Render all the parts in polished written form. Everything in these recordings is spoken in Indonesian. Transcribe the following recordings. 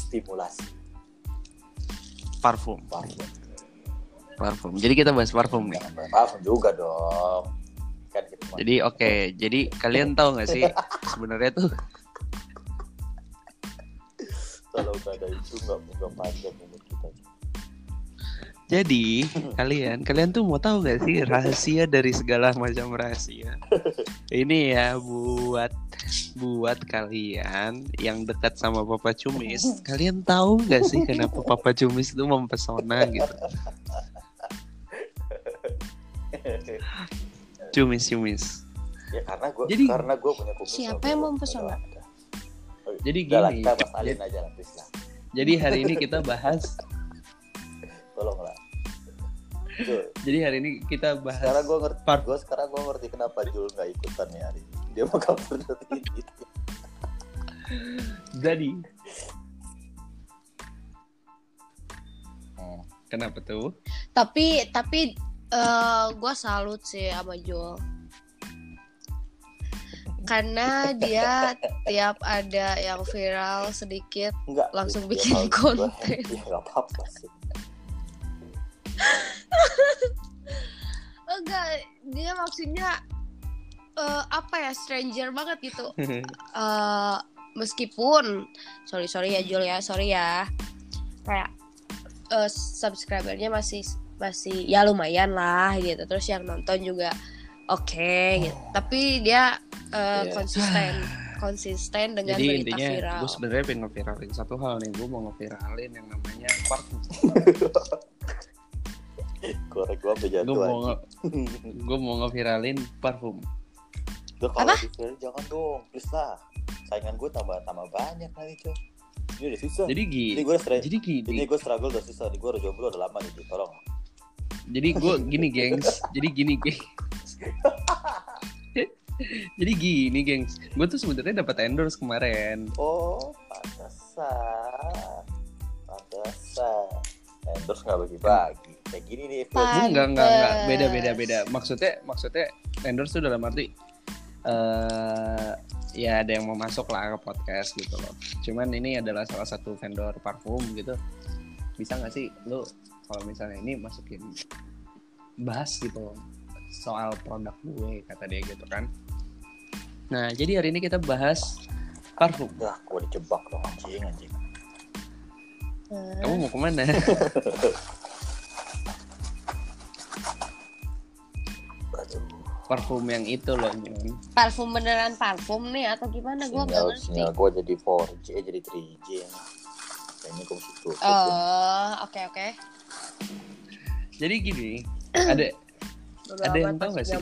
stimulasi. Parfum. Jadi kita bahas parfum nih. Parfum juga dong. Kan kita Jadi oke. Jadi kalian tahu nggak sih sebenarnya tuh? kalau nggak ada isu nggak panjang umur kita. Jadi kalian tuh mau tahu nggak sih rahasia dari segala macam rahasia? Ini ya buat kalian yang dekat sama Papa Cumis. Kalian tahu nggak sih kenapa Papa Cumis itu mempesona gitu? Cumis. Ya karena gue punya kumis. Siapa yang mempesona? Jadi Udah gini. Kita basalin aja lah, please lah. Jadi hari ini kita bahas. Tolonglah. Jadi hari ini kita bahas. Sekarang gue ngerti kenapa Jul nggak ikutan ya hari ini. Dia mau cover dari ini. Jadi. Kenapa tuh? Tapi gue salut sih sama Joel. Karena dia tiap ada yang viral sedikit langsung bikin konten. Ya nggak apa-apa sih. Enggak, dia maksudnya stranger banget gitu. Meskipun sorry ya Jul ya, sorry ya. Kayak subscribernya masih ya lumayan lah gitu. Terus yang nonton juga oke, gitu. Tapi dia konsisten dengan jadi berita intinya, viral. Gue sebenarnya pengen ngeviralin satu hal nih. Gue mau ngeviralin yang namanya parfum. Korek gue sampai jatuh. Gue mau ngeviralin parfum. Udah kalau di-viralin jangan dong, please lah. Saingan gue tambah banyak nanti coy. Ini udah susah. Jadi gini. Ini gue struggle udah susah. Ini gue udah jomblo udah lama nih, tolong. Jadi gue gini gengs. Jadi gini gengs. Gue tuh sebenarnya dapat endorse kemarin. Oh, pantesan. Endorse nggak bagi-bagi. Kayak gini nih. Enggak. Beda. Maksudnya endorse tuh dalam arti ya ada yang mau masuk lah ke podcast gitu loh. Cuman ini adalah salah satu vendor parfum gitu. Bisa nggak sih lu kalau misalnya ini masukin bahas gitu soal produk gue, kata dia gitu kan. Nah, jadi hari ini kita bahas parfum. Lah, gue dijebak dong anjing. Kamu mau kemana? Parfum yang itu loh, Nyon. Parfum beneran parfum nih atau gimana? Gue nggak ngerti. Sinyal gue jadi 4G, jadi 3G. Kayaknya gue mesti tutup. Oh, oke. Jadi gini, ada yang tahu nggak sih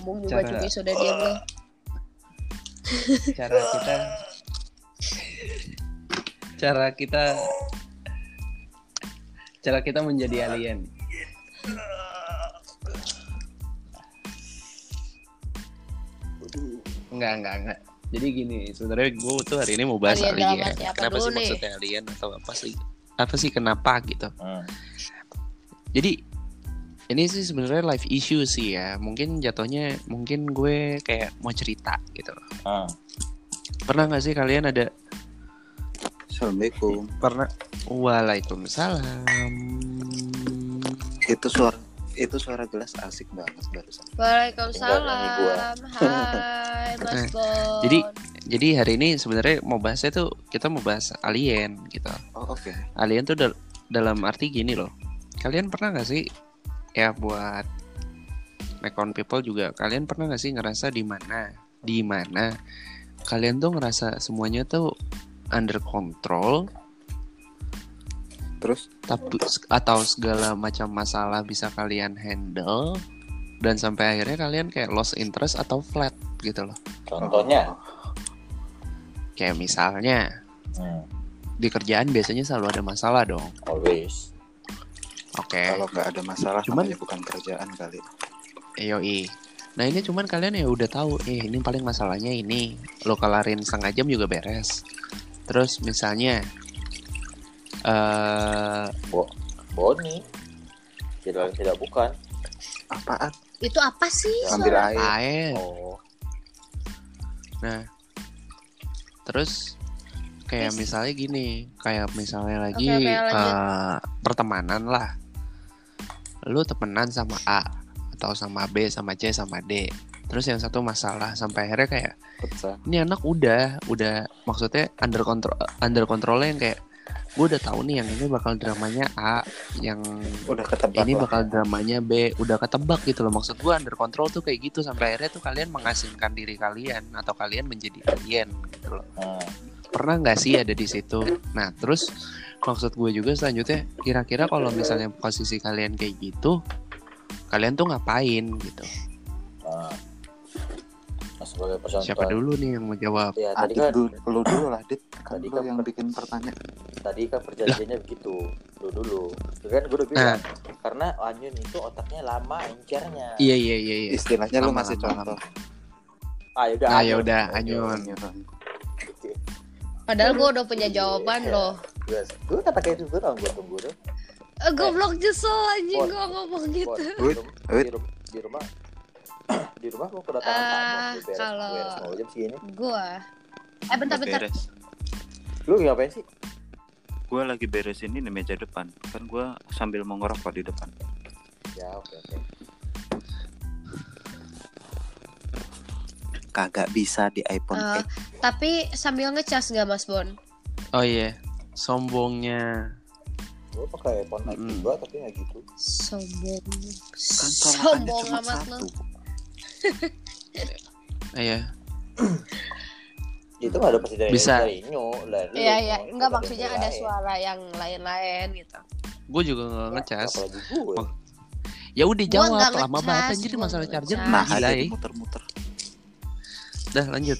cara kita menjadi alien? Enggak. Jadi gini, sebenarnya gue tuh hari ini mau bahas alien. Kenapa sih maksudnya alien atau apa sih kenapa gitu? Jadi ini sih sebenarnya life issue sih ya. Mungkin gue kayak mau cerita gitu. Pernah nggak sih kalian ada? Assalamualaikum. Pernah. Waalaikumsalam. Itu suara gelas asik banget barusan. Waalaikumsalam. Hai Mas Bon. Jadi hari ini sebenarnya mau bahasnya tuh kita mau bahas alien gitu. Oh, oke. Alien tuh dalam arti gini loh. Kalian pernah nggak sih ya buat Mekon people juga, kalian pernah nggak sih ngerasa di mana kalian tuh ngerasa semuanya tuh under control, terus atau segala macam masalah bisa kalian handle dan sampai akhirnya kalian kayak lost interest atau flat gitu loh. Contohnya kayak misalnya di kerjaan biasanya selalu ada masalah dong. Always. Oke. Kalau nggak ada masalah, cuman bukan kerjaan kali. Yoi. Nah ini cuman kalian ya udah tahu, ini paling masalahnya ini, lo kelarin setengah jam juga beres. Terus misalnya, Boni, tidak bukan. Apaan? Itu apa sih? Ambil air. Oh. Nah, terus kayak misalnya gini, kayak misalnya lagi pertemanan lah. Lu temenan sama A atau sama B, sama C, sama D. Terus yang satu masalah sampai akhirnya kayak ini anak udah maksudnya under controlnya yang kayak gue udah tahu nih yang ini bakal dramanya A, yang udah ketebak ini bakal dramanya B, udah ketebak gitu loh. Maksud gue under control tuh kayak gitu sampai akhirnya tuh kalian mengasingkan diri kalian atau kalian menjadi alien gitu loh. Pernah nggak sih ada di situ? Nah terus maksud gue juga selanjutnya kira-kira kalau misalnya posisi kalian kayak gitu, kalian tuh ngapain gitu? Sebagai percontohan. Siapa dulu nih yang mau jawab? Ya, tadi kan lu dulu lah, Dit. Kan tadi lu kan yang bikin pertanyaan. Tadi kan perjanjiannya begitu. Lu dulu. Kan gue udah bilang karena Anyun itu otaknya lama encernya. Iya. Istilahnya lu masih contoh. Ya udah Anyun. Padahal gue udah punya jawaban loh. Gue kata kayak itu dong, gue tunggu dong. Goblok nyesel anjing gue ngomong gitu. Di rumah gue kedatangan tamu beres mau jam segini. Bentar. Lu ngapain sih? Gue lagi beresin ini meja depan. Kan gue sambil mau ngerokok di depan. Ya oke. Kagak bisa di iPhone 8. Tapi sambil ngecas gak Mas Bon? Oh iya, sombongnya. Gue pakai iPhone X juga tapi nggak gitu. Sombong. Kan Sombong cuma amat lo. Iya. Itu nggak ada pasti dari bisa. Iya. Enggak maksudnya ada suara yang lain-lain gitu. Gue juga nggak ngecas. Ya udah jawab, lama banget anjir masalah charger. Nah, gila ya. Muter-muter. Dah lanjut.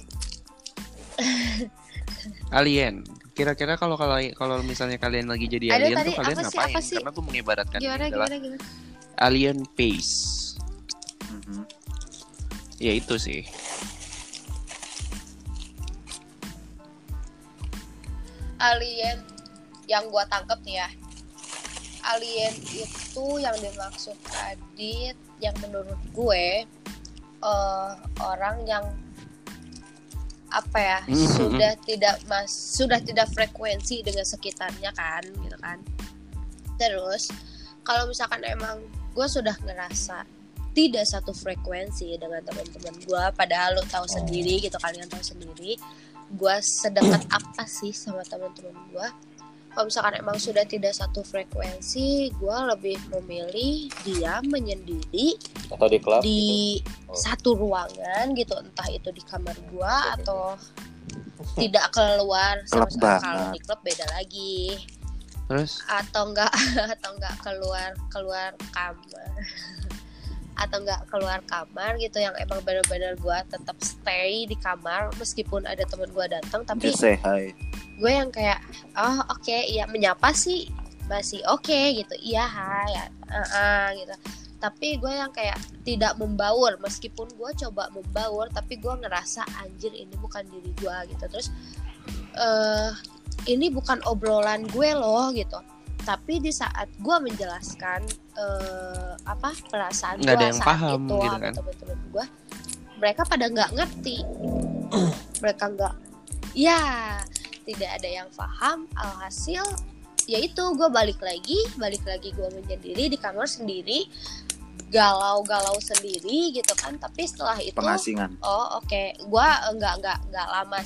Alien. Kira-kira kalau misalnya kalian lagi jadi alien tuh kalian ngapain? Karena gue mengibaratkan ini adalah alien face. Ya itu sih. Alien yang gua tangkep nih ya. Alien itu yang dimaksud Adit, yang menurut gue orang yang apa ya, sudah tidak frekuensi dengan sekitarnya kan, gitu kan. Terus kalau misalkan emang gue sudah ngerasa tidak satu frekuensi dengan teman-teman gue, padahal lo tahu sendiri gitu, kalian tahu sendiri gue sedekat apa sih sama teman-teman gue. Kalau misalkan emang sudah tidak satu frekuensi, gue lebih memilih diam menyendiri atau di klub di satu ruangan gitu, entah itu di kamar gue atau tidak keluar sama sekali. Kalau di klub beda lagi. Terus? Atau enggak keluar kamar. Atau enggak keluar kamar gitu, yang emang benar-benar gue tetap stay di kamar meskipun ada teman gue datang, tapi gue yang kayak oke, iya, menyapa sih masih oke gitu, iya hai gitu. Tapi gue yang kayak tidak membaur, meskipun gue coba membaur tapi gue ngerasa anjir ini bukan diri gue gitu. Terus ini bukan obrolan gue loh gitu. Tapi di saat gue menjelaskan perasaan gue saat itu gitu sama kan? teman-teman gue, mereka pada nggak ngerti. Mereka nggak, ya tidak ada yang paham. Alhasil yaitu gue balik lagi gue menyendiri di kamar sendiri, galau sendiri gitu kan. Tapi setelah itu pengasingan. Gue nggak lama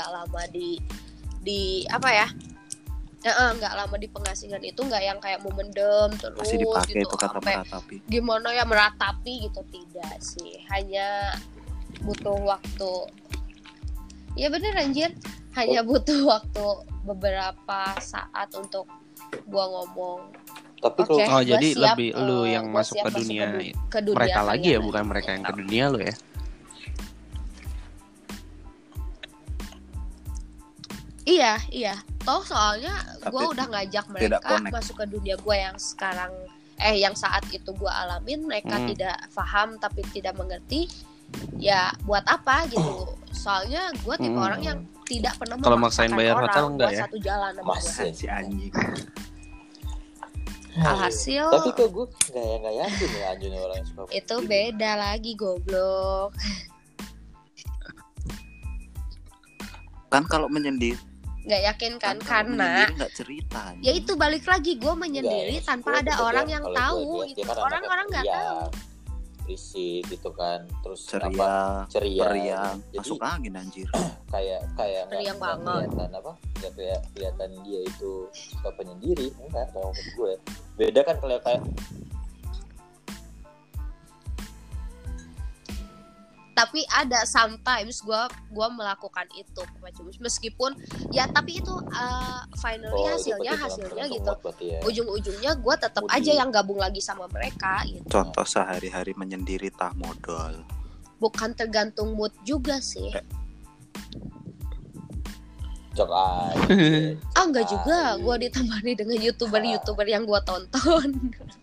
di apa ya, nggak lama di pengasingan itu, nggak yang kayak memendam terus masih dipakai gitu, itu kata meratapi. Gimana ya meratapi gitu, tidak sih, hanya butuh waktu. Ya bener anjir, hanya butuh waktu beberapa saat untuk gua ngomong. Tapi kalau jadi siap, lebih lu yang masuk ke dunia mereka lagi ya, bukan mereka yang ke dunia lu ya. Iya. Toh soalnya gue udah ngajak mereka masuk ke dunia gue yang sekarang, yang saat itu gue alamin. Mereka tidak paham tapi tidak mengerti. Ya buat apa gitu. Soalnya gue tipe orang yang tidak pernah kalau maksain bayar orang hotel enggak ya? Satu jalan sama gue. Si anjing. Alhasil tapi kok gue nggak yakin ya Anjun orang yang suka itu beda lagi, goblok. Kan kalau menyendiri nggak yakin kan karena nggak cerita. Ya itu balik lagi gue menyendiri tanpa ada orang yang tahu gitu. Orang-orang nggak tahu. Risih gitu kan, terus ceria, periang. Masuk angin anjir. kayak periang banget. Kelihatan dia itu suka penyendiri, enggak kalau menurut gue. Beda kan kalau kayak tapi ada sometimes gue melakukan itu meskipun ya tapi itu finally hasilnya gitu ya. Ujung-ujungnya gue tetap aja yang gabung lagi sama mereka gitu. Contoh sehari-hari menyendiri tah modal, bukan tergantung mood juga sih. Enggak juga, gue ditemani dengan youtuber yang gue tonton.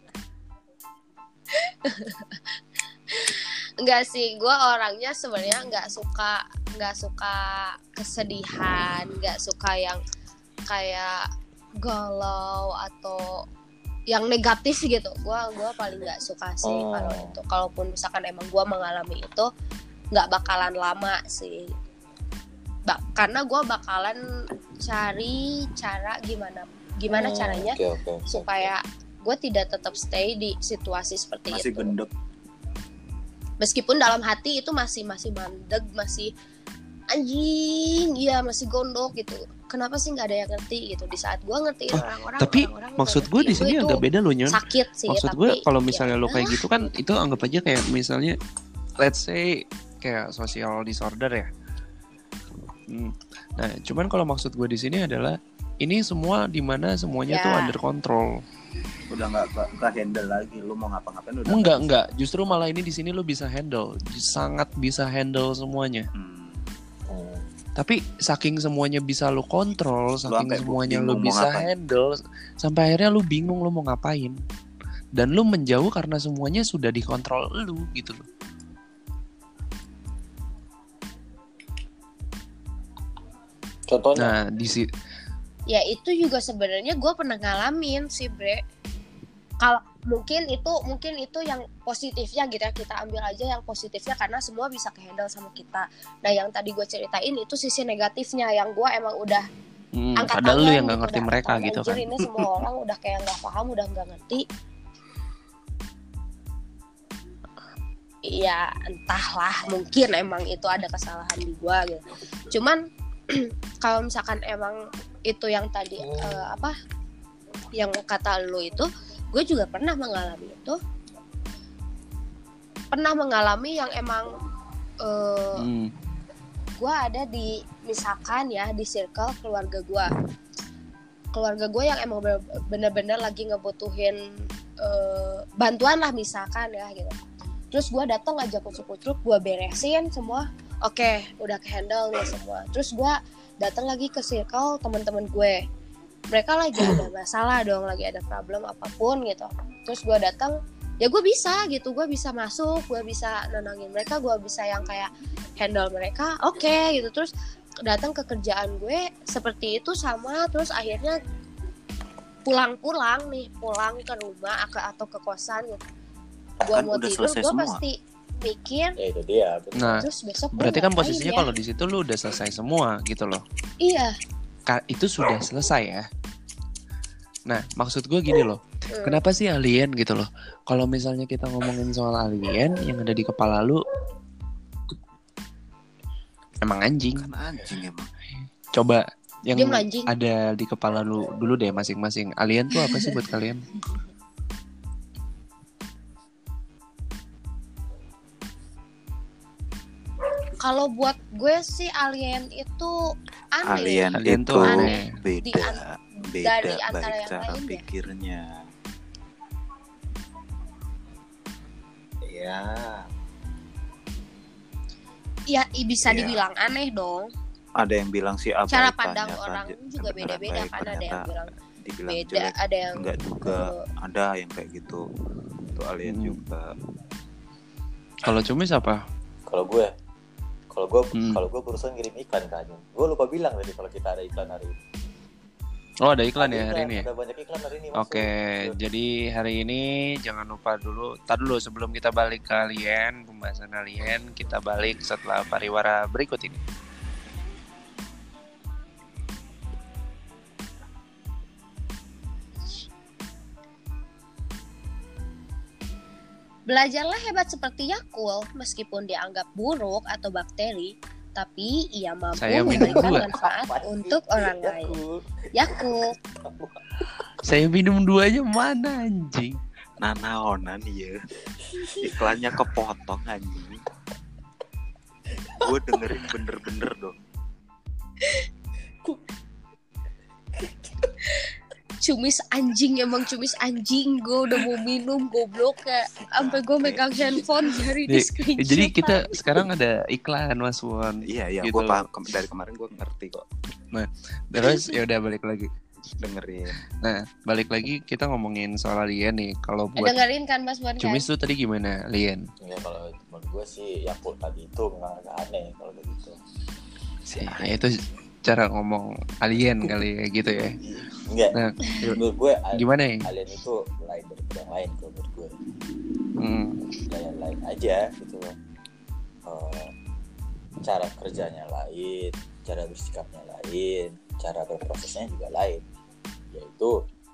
Enggak sih, gue orangnya sebenarnya nggak suka kesedihan, nggak suka yang kayak galau atau yang negatif gitu. Gue paling nggak suka sih kalau itu. Kalaupun misalkan emang gue mengalami itu, nggak bakalan lama sih. Karena gue bakalan cari cara gimana caranya supaya gue tidak tetap stay di situasi seperti masih itu. Gendek. Meskipun dalam hati itu masih mandeg, masih anjing, iya masih gondok gitu. Kenapa sih nggak ada yang ngerti gitu? Di saat gue ngertiin orang-orang. Tapi maksud gue di sini agak beda loh Nyon. Sakit sih. Maksud gue kalau misalnya lo kayak gitu kan itu anggap aja kayak misalnya let's say kayak social disorder ya. Nah, cuman kalau maksud gue di sini adalah ini semua dimana semuanya tuh under control. Udah nggak handle lagi, lu mau ngapa-ngapain udah enggak, justru malah ini di sini lu bisa handle, sangat bisa handle semuanya. Tapi saking semuanya bisa lu kontrol, saking semuanya lu bisa handle, sampai akhirnya lu bingung lu mau ngapain, dan lu menjauh karena semuanya sudah dikontrol lu gitu loh. Contohnya? Nah ya itu juga sebenarnya gue pernah ngalamin sih bre. Kalau mungkin itu yang positifnya gitu ya, kita ambil aja yang positifnya karena semua bisa kehandle sama kita. Nah yang tadi gue ceritain itu sisi negatifnya yang gue emang udah angkat tangan. Padahal lu yang nggak ngerti mereka gitu kan. Ini semua orang udah kayak nggak paham, udah nggak ngerti. Ya entahlah, mungkin emang itu ada kesalahan di gue gitu. Cuman kalau misalkan emang itu yang tadi yang kata lu itu, gue juga pernah mengalami itu, yang emang gue ada di misalkan ya di circle keluarga gue yang emang bener-bener lagi ngebutuhin bantuan lah misalkan ya gitu. Terus gue datang ngajak kucuk-kucuk, gue beresin semua. Oke, udah kehandle nih semua. Terus gue datang lagi ke circle teman-teman gue. Mereka lagi ada masalah dong, lagi ada problem apapun gitu. Terus gue datang, ya gue bisa gitu, gue bisa masuk, gue bisa nenangin mereka, gue bisa yang kayak handle mereka. Oke, gitu. Terus datang ke kerjaan gue seperti itu sama. Terus akhirnya pulang ke rumah atau ke kosan gitu. Gue mau tidur, gue pasti pikir ya itu dia. Nah, terus besok berarti kan posisinya kalau di situ lu udah selesai semua gitu loh. Iya. Itu sudah selesai ya. Nah, maksud gue gini loh. Kenapa sih alien gitu loh? Kalau misalnya kita ngomongin soal alien yang ada di kepala lu, emang anjing. Kan anjing emang. Coba yang ada di kepala lu dulu deh masing-masing. Alien tuh apa sih buat kalian? Kalau buat gue sih alien itu aneh. Alien itu aneh. Beda dari antara baik yang cara lain pikirnya. Ya bisa dibilang aneh dong. Ada yang bilang sih apa? Cara pandang orang juga beda-beda kan, ada yang bilang beda, jelek, ada yang enggak juga. Ada yang kayak gitu. Itu alien juga. Kalau Cumis apa? Kalau gue barusan ngirim iklan ke Anyun. Gue lupa bilang tadi kalau kita ada iklan hari ini. Oh ada iklan ya hari ini? Ada banyak iklan hari ini. Oke, jadi hari ini jangan lupa dulu. Tar dulu sebelum kita balik ke alien, pembahasan alien, kita balik setelah pariwara berikut ini. Belajarlah hebat seperti Yakult, meskipun dianggap buruk atau bakteri, tapi ia mampu memberikan manfaat untuk orang lain. Yakult. Saya minum 2-nya mana anjing? Nanaonan ya. Iklannya kepotong anjing. Gue dengerin bener-bener dong. Cumis anjing, emang cumis anjing. Gue udah mau minum, goblok kayak sampai gue megang handphone dari di screenshot. Jadi kita sekarang ada iklan Mas Won. Iya, gitu. Gue paham, dari kemarin gue ngerti kok. Nah, terus ya udah balik lagi. Dengerin. Nah, balik lagi kita ngomongin soal alien nih. Kalau buat dengerin kan Mas Won Cumis tuh tadi gimana alien? Ya kalau menurut gue sih Yakult tadi itu memang agak aneh kalau begitu. Nah, itu cara ngomong alien kali ya gitu ya. Enggak. Nah, menurut gue gimana ya? Alien itu lain daripada yang lain kalau menurut gue. Kayak lain aja gitu loh. Cara kerjanya lain, cara bersikapnya lain, cara berprosesnya juga lain. Yaitu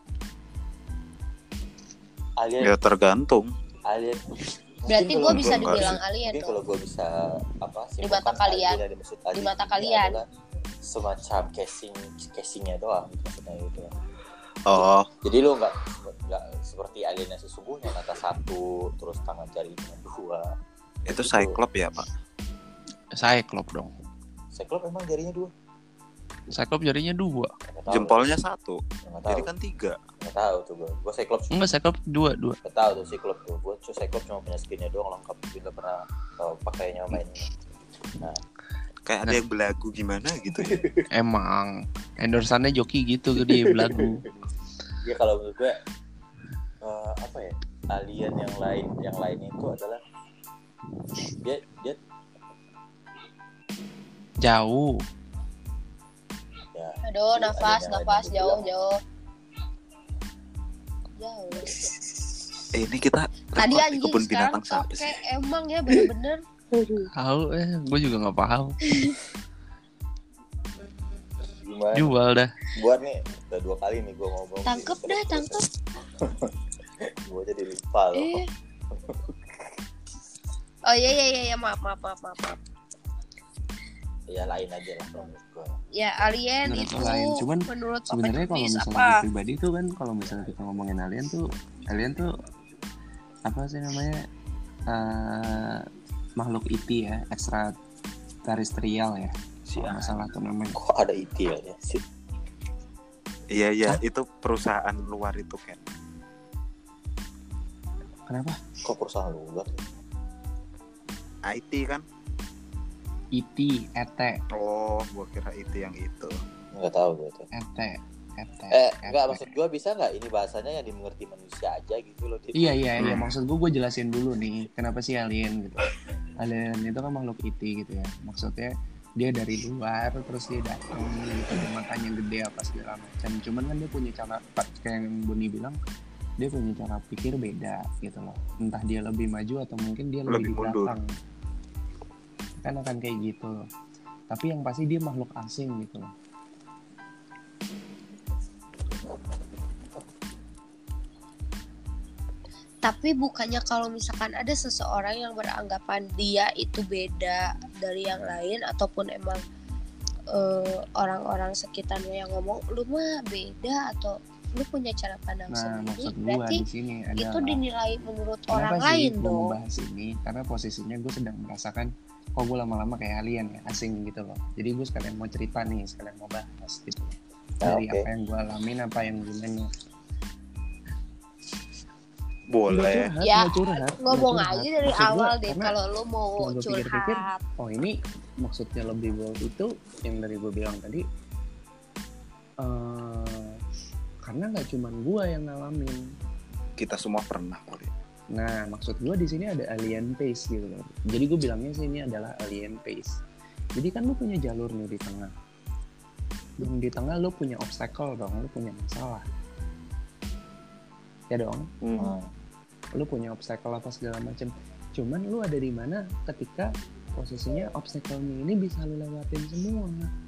alien. Ya tergantung. Alien. Berarti gue bisa dibilang alien dong. Kalau gue bisa apa sih? Di mata kalian. Di mata kalian. Semacam casingnya doang maksudnya gitu. Oh. Jadi lo nggak seperti alien yang sesungguhnya mata 1 terus tangan jarinya 2. Itu Cyclops ya Pak? Cyclops dong. Cyclops emang jarinya 2. Cyclops jarinya 2. Jempolnya 1. Jadi kan 3. Nggak tahu tuh gue Cyclops. Enggak, Cyclops 2. Nggak tahu tuh Cyclops tuh. Gue Cyclops cuma punya skinnya doang lengkap. Nggak pernah pakainya main. Nah. Kayak ada yang belagu gimana gitu ya. Emang endorsannya joki gitu dia belagu. Ya kalau menurut gue apa ya, alien yang lain itu adalah dia jauh. Ya, aduh, nafas jauh. Ini kita tadi anjing kebun binatang siapa sih? Emang ya bener-bener. Tahu gue juga nggak paham. Gimana? Jual dah. Buat nih udah 2 kali nih gue ngomong. Tangkep. Gue jadi lupa loh. Oh iya maaf. Ya lain aja lah menurut gue. Ya alien menurut itu lain. Cuman menurut sebenarnya kalau misalnya pribadi tuh kan kalau misalnya kita ngomongin alien tuh apa sih namanya makhluk IT ya, extraterrestrial ya. Masalah tuh namanya. Kok ada IT ya? Iya, itu perusahaan luar itu kan. Kenapa? Kok perusahaan luar? IT kan? IT, ET. Oh, gua kira IT yang itu. Enggak tahu gue tuh. ET. Enggak, maksud gue bisa enggak ini bahasanya yang dimengerti manusia aja gitu loh. Iya, maksud gue jelasin dulu nih kenapa sih alien gitu. Alien itu kan makhluk IT gitu ya. Maksudnya dia dari luar terus dia datang gitu, matanya gede apa segala macam. Cuman kan dia punya cara, kayak yang Boni bilang, dia punya cara pikir beda gitu loh. Entah dia lebih maju atau mungkin dia lebih di belakang. Kan akan kayak gitu. Tapi yang pasti dia makhluk asing gitu loh. Tapi bukannya kalau misalkan ada seseorang yang beranggapan dia itu beda dari yang lain ataupun emang orang-orang sekitarnya yang ngomong lu mah beda atau lu punya cara pandang sendiri, berarti di sini itu dinilai menurut orang lain lain dong. Kenapa sih bahas ini? Karena posisinya gue sedang merasakan kok gue lama-lama kayak alien ya, asing gitu loh. Jadi gue sekalian mau cerita nih, sekalian mau bahas gitu dari apa yang gue alamin, apa yang gimana. Boleh. Ngomong aja dari awal deh kalau lu mau curhat. Oh ini maksudnya lebih bold itu yang dari gue bilang tadi, karena nggak cuma gue yang ngalamin, kita semua pernah kali. Nah maksud gue di sini ada alien pace gitu loh. Jadi gue bilangnya sih ini adalah alien pace. Jadi kan lu punya jalur nih di tengah, dan di tengah lu punya obstacle dong, lu punya masalah, ya dong. Lu punya obstacle apa segala macam. Cuman lu ada di mana ketika posisinya obstacle-nya ini bisa lu lewatin semua.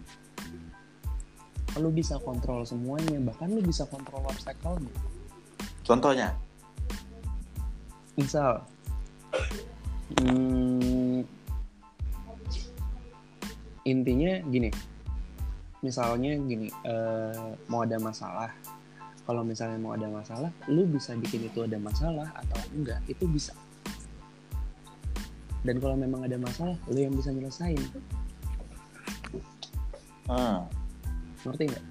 Lu bisa kontrol semuanya, bahkan lu bisa kontrol obstacle-nya. Contohnya? Misal Intinya gini, misalnya gini, mau ada masalah. Kalau misalnya mau ada masalah, lu bisa bikin itu ada masalah atau enggak, itu bisa. Dan kalau memang ada masalah, lu yang bisa nyelesain. Ngerti nggak?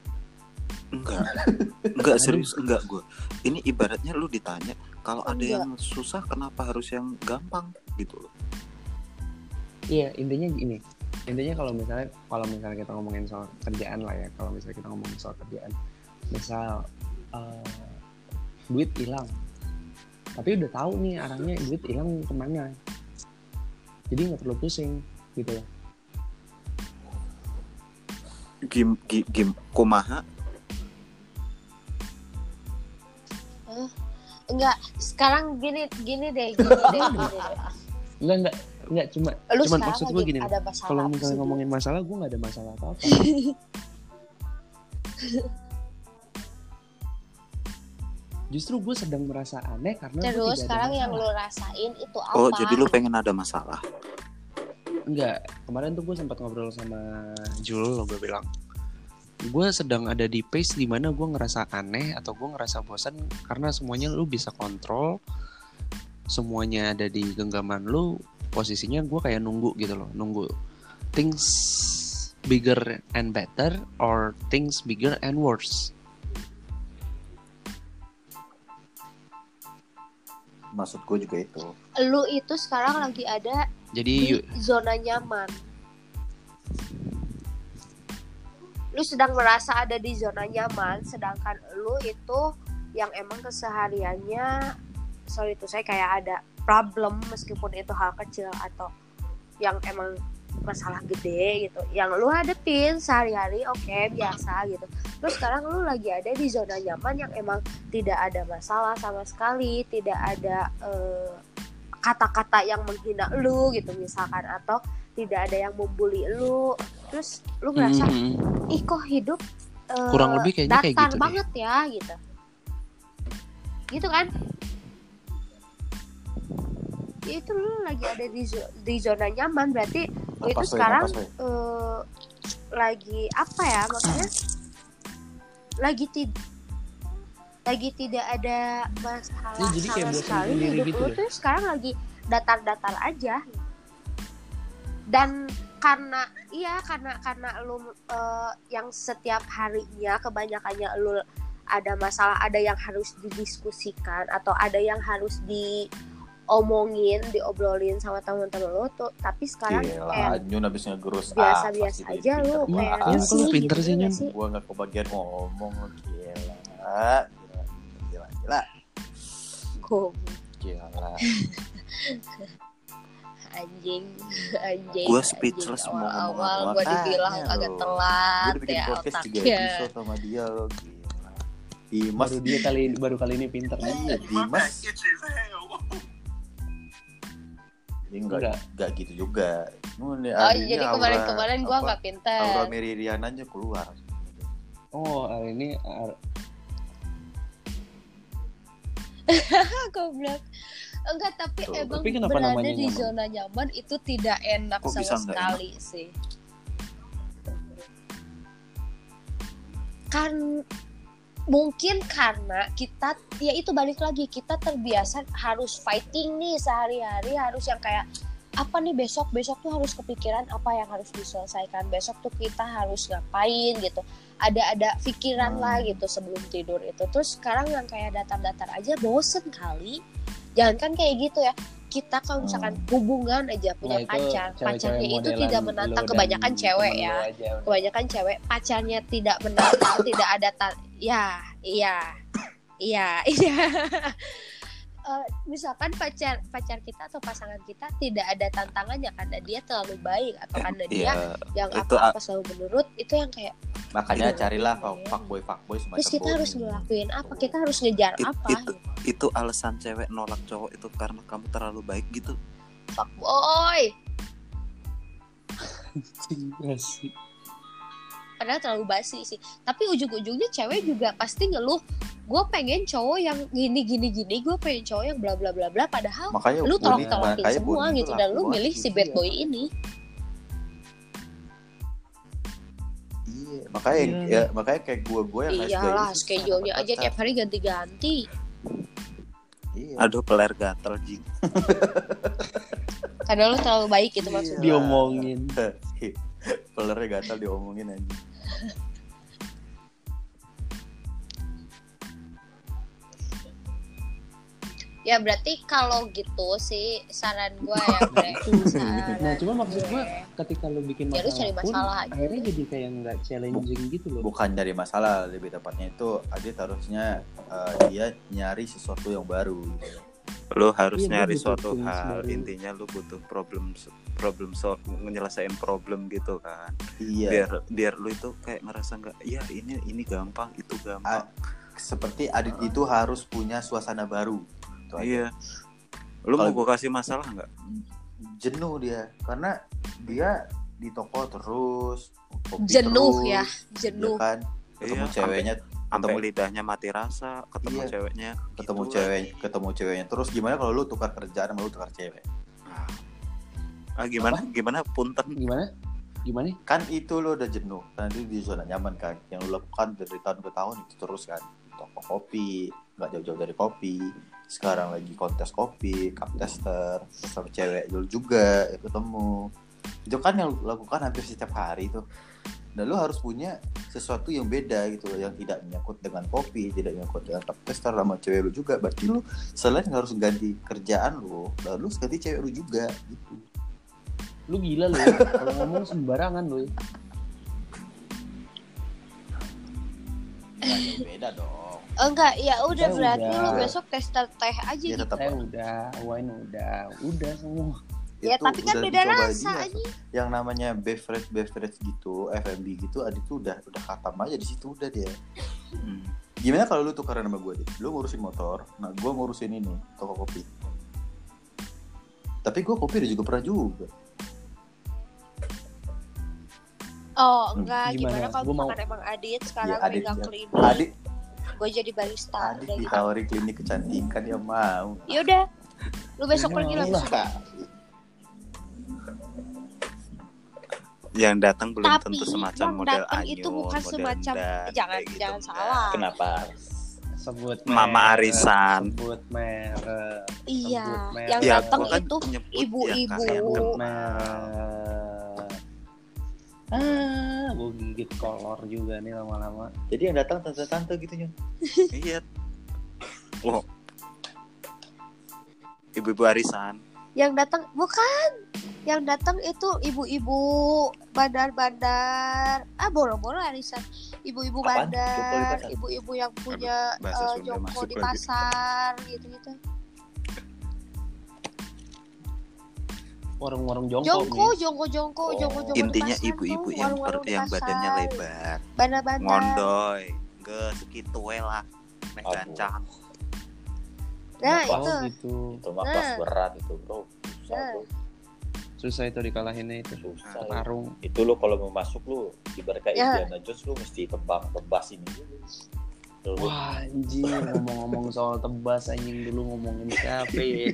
Enggak serius, enggak gue. Ini ibaratnya lu ditanya, kalau ada yang susah kenapa harus yang gampang gitu loh. Iya, intinya gini. Intinya kalau misalnya kita ngomongin soal kerjaan lah ya, kalau misalnya kita ngomongin soal kerjaan, misal duit hilang, tapi udah tahu nih arahnya duit hilang kemana, jadi nggak perlu pusing gitu loh. Game kumaha? Enggak, sekarang gini deh. Enggak, cuma maksud gue gini, kalau misalnya ngomongin masalah, gue nggak ada masalah apa-apa. Justru gue sedang merasa aneh karena terus sekarang yang lo rasain itu apa? Oh, jadi lo pengen ada masalah? Enggak, kemarin tuh gue sempat ngobrol sama Jul, gue bilang gue sedang ada di pace dimana gue ngerasa aneh atau gue ngerasa bosan karena semuanya lu bisa kontrol, semuanya ada di genggaman lu, posisinya gue kayak nunggu gitu loh, nunggu things bigger and better or things bigger and worse. Maksud gue juga itu. Lu itu sekarang lagi ada di zona nyaman. Lu sedang merasa ada di zona nyaman, sedangkan lu itu yang emang kesehariannya, sorry itu saya kayak ada problem meskipun itu hal kecil atau yang emang masalah gede gitu, yang lu hadepin sehari-hari oke, biasa gitu. Terus sekarang lu lagi ada di zona nyaman yang emang tidak ada masalah sama sekali, tidak ada kata-kata yang menghina lu gitu misalkan, atau tidak ada yang membuli lu. Terus lu ngerasa ih kok hidup kurang lebih kayaknya kayak gitu banget deh. Ya gitu kan. Ya itu lu lagi ada di zona nyaman, berarti lu itu sekarang lagi apa ya, maksudnya lagi tidak ada masalah sama sekali. Hidup gitu lu tuh sekarang lagi datar-datar aja. Dan karena lu yang setiap harinya kebanyakannya lu ada masalah, ada yang harus didiskusikan atau ada yang harus diobrolin sama teman-teman lu tuh, tapi sekarang kayak Nyun abis ngegerus biasa-biasa aja lu kayak lu pinter sih Nyun. Gua nggak kebagian ngomong lu, gila. Anjing. Gue speechless mau ngomong awal gue dibilang agak telat ya otaknya. Sama dia lo, gila. Dimas baru kali ini pinter. Iya, Dimas. Enggak gitu juga. Jadi kemarin gue nggak pinter. Aura Meridian aja keluar. Oh, hari ini goblok. Enggak, tapi emang berada di nyaman? Zona nyaman itu tidak enak. Kok sama sekali enak? Sih. Kan mungkin karena kita, ya itu balik lagi, kita terbiasa harus fighting nih sehari-hari, harus yang kayak apa nih besok tuh harus kepikiran apa yang harus diselesaikan, besok tuh kita harus ngapain gitu, ada pikiran lah gitu sebelum tidur itu. Terus sekarang yang kayak datar-datar aja bosen kali. Jangan kan kayak gitu ya, kita kalau misalkan hubungan aja punya pacarnya itu tidak menantang, kebanyakan cewek ya, kebanyakan cewek pacarnya tidak menantang, tidak ada iya misalkan pacar kita atau pasangan kita tidak ada tantangannya karena dia terlalu baik atau karena dia yang apa selalu menurut, itu yang kayak makanya carilah fuckboy semacam terus kita harus ngelakuin apa, kita harus ngejar apa itu alasan cewek nolak cowok itu karena kamu terlalu baik gitu. Fuckboy padahal terlalu basi sih, tapi ujung-ujungnya cewek juga pasti ngeluh gue pengen cowok yang gini, gue pengen cowok yang bla bla bla bla, padahal makanya lu tolak-tolakin semua gitu dan lu milih si bad boy ini. Iya, makanya kayak gue yang iyalah schedule-nya aja tiap hari ganti-ganti. Iya. Aduh, peler gatel jing. Kadang lu terlalu baik gitu maksudnya. Diomongin. Pelernya gatel diomongin aja. Ya berarti kalau gitu sih saran gue ya Bre. Nah cuma maksud gue ketika lu bikin masalah, ya, lu cari masalah pun, akhirnya jadi kayak nggak challenging gitu loh. Bukan dari masalah, lebih tepatnya itu Adit harusnya dia nyari sesuatu yang baru gitu. Lu harus nyari suatu hal baru. Intinya lu butuh problem solve, menyelesaikan problem gitu kan. Iya. Biar lu itu kayak ngerasa nggak, ya ini gampang, itu gampang. Seperti Adit itu harus punya suasana baru. Iya. Lu mau gue kasih masalah nggak? Jenuh dia, karena dia di toko terus. Jenuh terus, ya, jenuh. Ya kan? Ketemu ceweknya, sampai lidahnya mati rasa, ketemu ceweknya, ketemu ceweknya. Terus gimana kalau lu tukar kerjaan sama lu tukar cewek? Gimana? Punten. Gimana? Kan itu lu udah jenuh, nanti di zona nyaman kan. Yang lu lakukan dari tahun ke tahun itu terus kan. Toko kopi, nggak jauh-jauh dari kopi. Sekarang lagi kontes kopi, cup tester, sama cewek dulu juga ya ketemu. Itu kan yang lu lakukan hampir setiap hari tuh. Dan lu harus punya sesuatu yang beda gitu loh, yang tidak menyangkut dengan kopi, tidak menyangkut dengan cup tester sama cewek lu juga. Berarti lu selain harus ganti kerjaan lu, lalu ganti cewek lu juga gitu. Lu gila lu, kalau ngomong sembarangan lu. Beda dong. Enggak, ya udah berarti lu besok tester teh aja ya, gitu. Teh udah, wine udah semua. Ya tapi kan beda rasa aja. Yang namanya beverage gitu, F&B gitu, Adit tuh udah khatam aja di situ udah dia. Gimana kalau lu tukeran sama gue, Adit? Lu ngurusin motor, nah gue ngurusin ini, toko kopi. Tapi gue kopi udah juga pernah juga. Oh enggak, gimana kalau misalkan emang Adit sekarang megang klinik, gue jadi barista. Adit ditawari klinik kecantikan ya mau. Yaudah, lu besok pergi langsung. Yang datang belum tentu semacam model Anyun, itu bukan semacam jangan gitu. Salah. Kenapa? Sebut Mama Arisan, sebut merek. Iya, yang datang kan itu ibu-ibu. Gue gigit kolor juga nih lama-lama. Jadi yang datang tante-tante gitu Nyun. Iya. Wow. Ibu-ibu arisan. Yang datang bukan. Yang datang itu ibu-ibu bandar-bandar. Boro-boro arisan. Ibu-ibu bandar, ibu-ibu yang punya jongko di pasar gitu-gitu. Warung-warung jongko. Intinya ibu-ibu yang badannya lebar, ngondoy, segitu lah, nek gancang. Nah itu. Itu mah kelas berat itu bro. Susah itu dikalahinnya itu. Susah. Tarung. Itu lo kalau mau masuk lo ibarat kayak Indiana Jones lo mesti tebas ini. Wah anjing, ngomong-ngomong soal tebas anjing, dulu ngomongin siapa ya?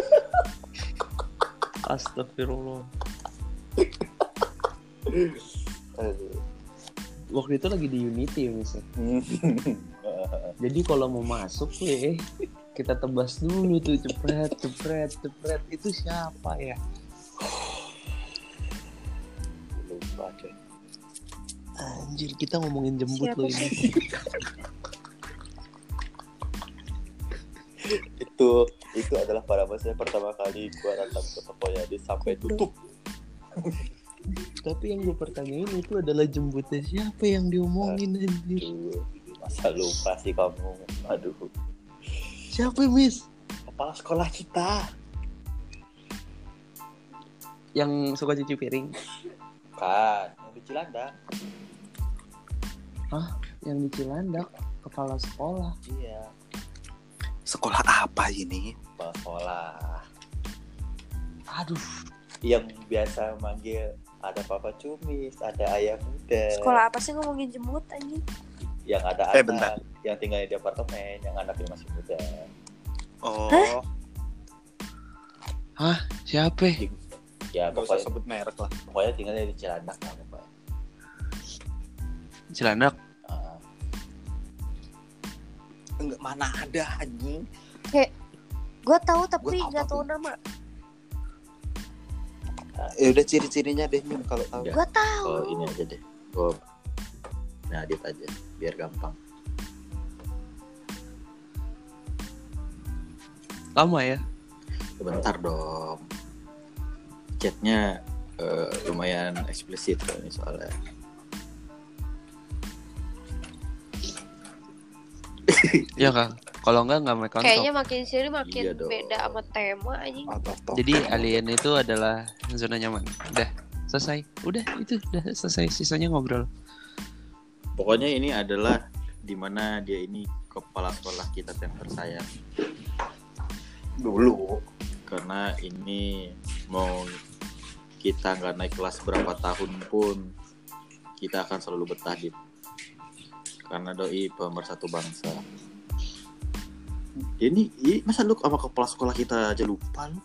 Astagfirullah. Waktu itu lagi di Unity ya misalnya. Jadi kalau mau masuk kita tebas dulu tuh, cepret. Itu siapa ya? Lupa coy. Anjir, kita ngomongin jembut loh ini. Itu adalah pada masa pertama kali gua datang ke tokonya dia sampai tutup. Tapi yang gue pertanyain itu adalah jembutnya siapa yang diomongin anjir. Masa lupa sih kamu. Aduh. Siapa Miss? Kepala sekolah kita. Yang suka cuci piring. Kan, yang di Cilandak. Hah? Yang di Cilandak? Kepala sekolah? Iya. Sekolah apa ini? Kepala sekolah. Aduh. Yang biasa manggil ada Papa Cumis, ada Ayah Muda. Sekolah apa sih ngomongin jembut anjing? yang ada anak, bentar. yang tinggal di apartemen, yang anaknya masih muda. Oh. Hah? Siapa? Ya Gak usah pokoknya, sebut merek lah. pokoknya tinggalnya di Cilandak lah pokoknya. Cilandak. Enggak, mana ada anjing. Gue tahu tapi Gua nggak tahu tahu nama. Ya udah ciri-cirinya deh Min kalau tahu. Udah. Gue tahu. Oh ini aja deh. Gue Nadit aja biar gampang. Lama ya? Sebentar dong. Chatnya lumayan eksplisit loh ini soalnya. Iya Kang. Kalau enggak make kontak. Kayaknya makin sini makin Iya dong. beda sama tema anjing. Jadi alien itu adalah zona nyaman. Udah selesai. Udah itu udah selesai. Sisanya ngobrol. Pokoknya ini adalah dimana dia ini kepala sekolah kita yang tersayang Dulu. karena ini mau kita nggak naik kelas berapa tahun pun kita akan selalu betah di karena doi pemersatu bangsa. Ini masa lu sama kepala sekolah kita aja lupa lu?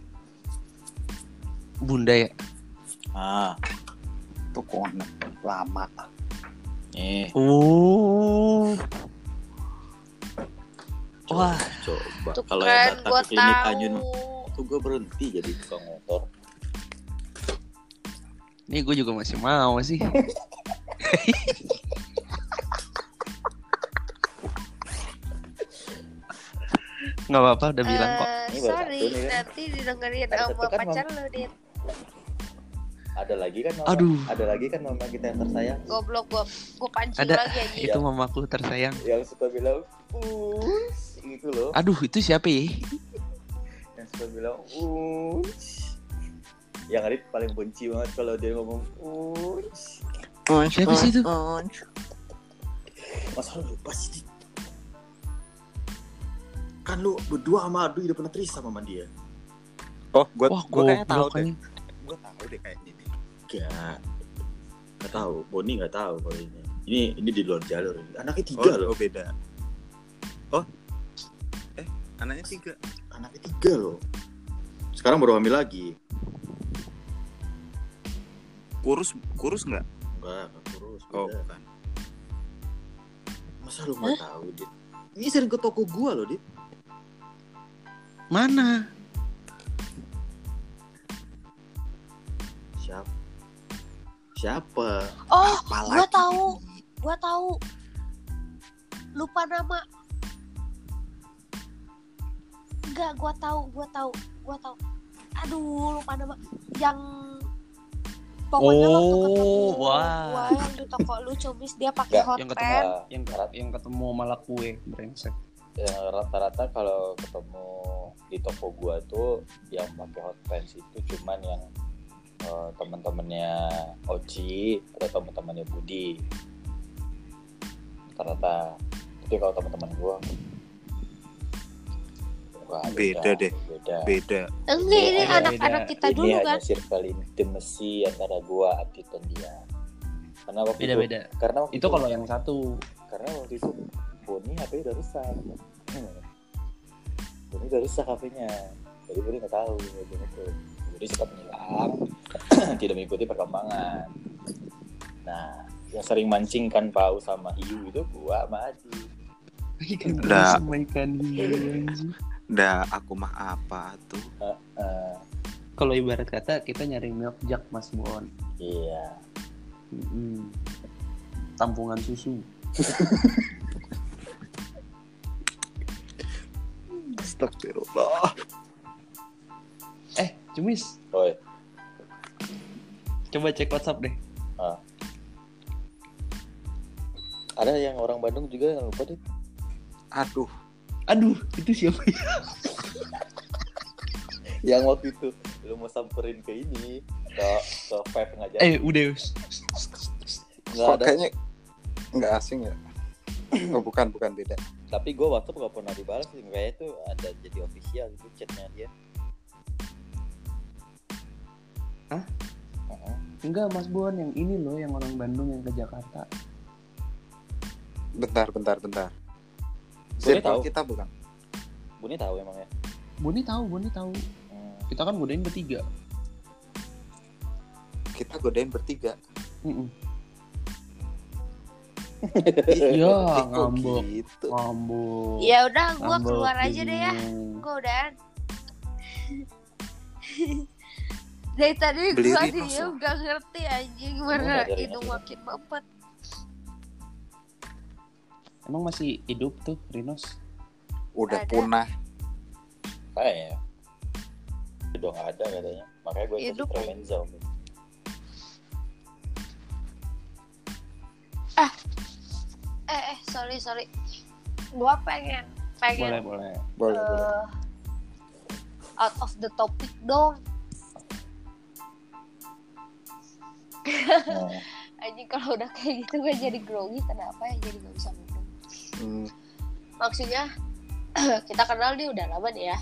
Bunda ya. Tuh konek lama. Oh. Wah. Coba Tuh kalau kan yang datang gue ke klinik tahu. Anyun tuh gue berhenti jadi tukang motor. Ini gue juga masih mau sih. Nggak apa-apa udah bilang kok. Ini baru Sorry, satu nih kan. nanti didengerin Ada sama satu kan, pacar lo, Dit. Ada lagi kan mama? Aduh. Ada lagi kan mama kita yang tersayang Goblok gue pancing Ada. lagi anjing. Itu mamaku tersayang. yang suka bilang gitu loh. Aduh itu siapa ya? Yang suka bilang yang Adit paling benci banget kalau dia ngomong Siapa sih itu? masa lu lupa sih Dit? Kan lu berdua sama Adu udah pernah trisam sama dia. Oh, gue Wah kayaknya tahu goblok deh. kayaknya. Gue tahu deh kayaknya nih. Gak tahu, Boni gak tahu kalau ini di luar jalur. Anaknya 3 loh. Oh beda. Oh, anaknya 3. Anaknya 3 loh. Sekarang baru hamil lagi. Kurus nggak? Enggak kurus. Oh beda. bukan. Masa lu gak tahu, Dit? Ini sering ke toko gua loh, Dit. Mana? Siapa? Oh, Apalagi? gue tahu. Lupa nama. Enggak, gue tahu. Aduh, lupa nama. Yang pokoknya waktu ketemu wah. gua yang di toko lu Cumis dia pakai Nggak, hot Yang pen. ketemu yang ketemu malah kue brengsek. Yang rata-rata kalau ketemu di toko gua tuh yang pakai hot pants itu cuman yang teman-temannya Oci atau teman-temannya Budi. Rata-rata. Tapi kalau teman-teman gua Beda deh. Beda. Enggak, ini Beda, anak-anak beda. kita Ini dulu hanya kan. circle intimacy antara gua, Adit dan dia. Karena waktu Beda-beda. Karena waktu Itu kalau yang satu. Karena waktu itu Boni HP udah rusak. Boni udah rusak HP-nya. Jadi Boni nggak tahu itu. Boni sempat menghilang, tidak mengikuti perkembangan. Nah, yang sering mancing kan Pau sama Hiu itu gua sama Adi. Udah. Ikan hiu. Dah aku mah apa tuh? Kalau ibarat kata kita nyari milk jug Mas Bon. Iya. Tampungan susu. Astagfirullah. Cumis, Oi. coba cek WhatsApp deh. Ada yang orang Bandung juga yang lupa deh. Aduh, itu siapa ya? Yang waktu itu lu mau samperin ke ini ke Vape ngajar. Udah. Nggak Kok ada. kayaknya nggak asing ya? Oh bukan beda. Tapi gue WhatsApp gak pernah dibalas sih. Kayaknya itu ada jadi official gitu chatnya dia. Hah? Enggak Mas Bon, yang ini loh, yang orang Bandung yang ke Jakarta. Bentar. Buni tahu kita bukan? Buni tahu emang ya? Buni tahu. Kita kan godain bertiga. Kita godain bertiga. Iya, ngambek. Gitu. Ngambek. Ya udah, gue keluar aja deh ya. Gue udah. Dari tadi gue diem gak ngerti anjing gimana hidung makin mampet. Emang masih hidup tuh Rinos? Udah ada. Punah. Kayaknya udah nggak ada katanya, makanya gue ikut Tremenza. Sorry. Gue pengen Boleh. out of the topic dong. Anjing kalau udah kayak gitu gue jadi grogi, kenapa ya jadi gak bisa minum. Maksudnya kita kenal nih udah lama nih ya.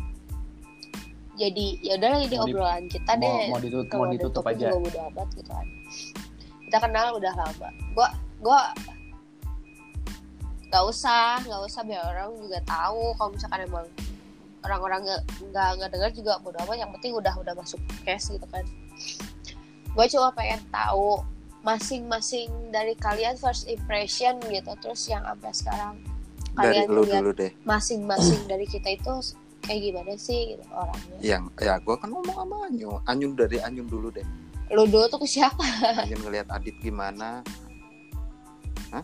Jadi ya udahlah ini obrolan kita deh. Mau ditutup aja. Gue udah amat gitu kan. Kita kenal udah lama. Gue nggak usah biar orang juga tahu kalau misalkan emang orang-orang nggak dengar juga bodo amat, yang penting udah masuk case gitu kan. Gue cuma pengen tahu masing-masing dari kalian first impression gitu, terus yang sampai sekarang kalian lihat masing-masing dari kita itu kayak gimana sih gitu orangnya. Yang ya gue kan ngomong sama Anyun dari Anyun dulu deh. Lu dulu tuh ke siapa? Anyun ngelihat Adit gimana? Hah?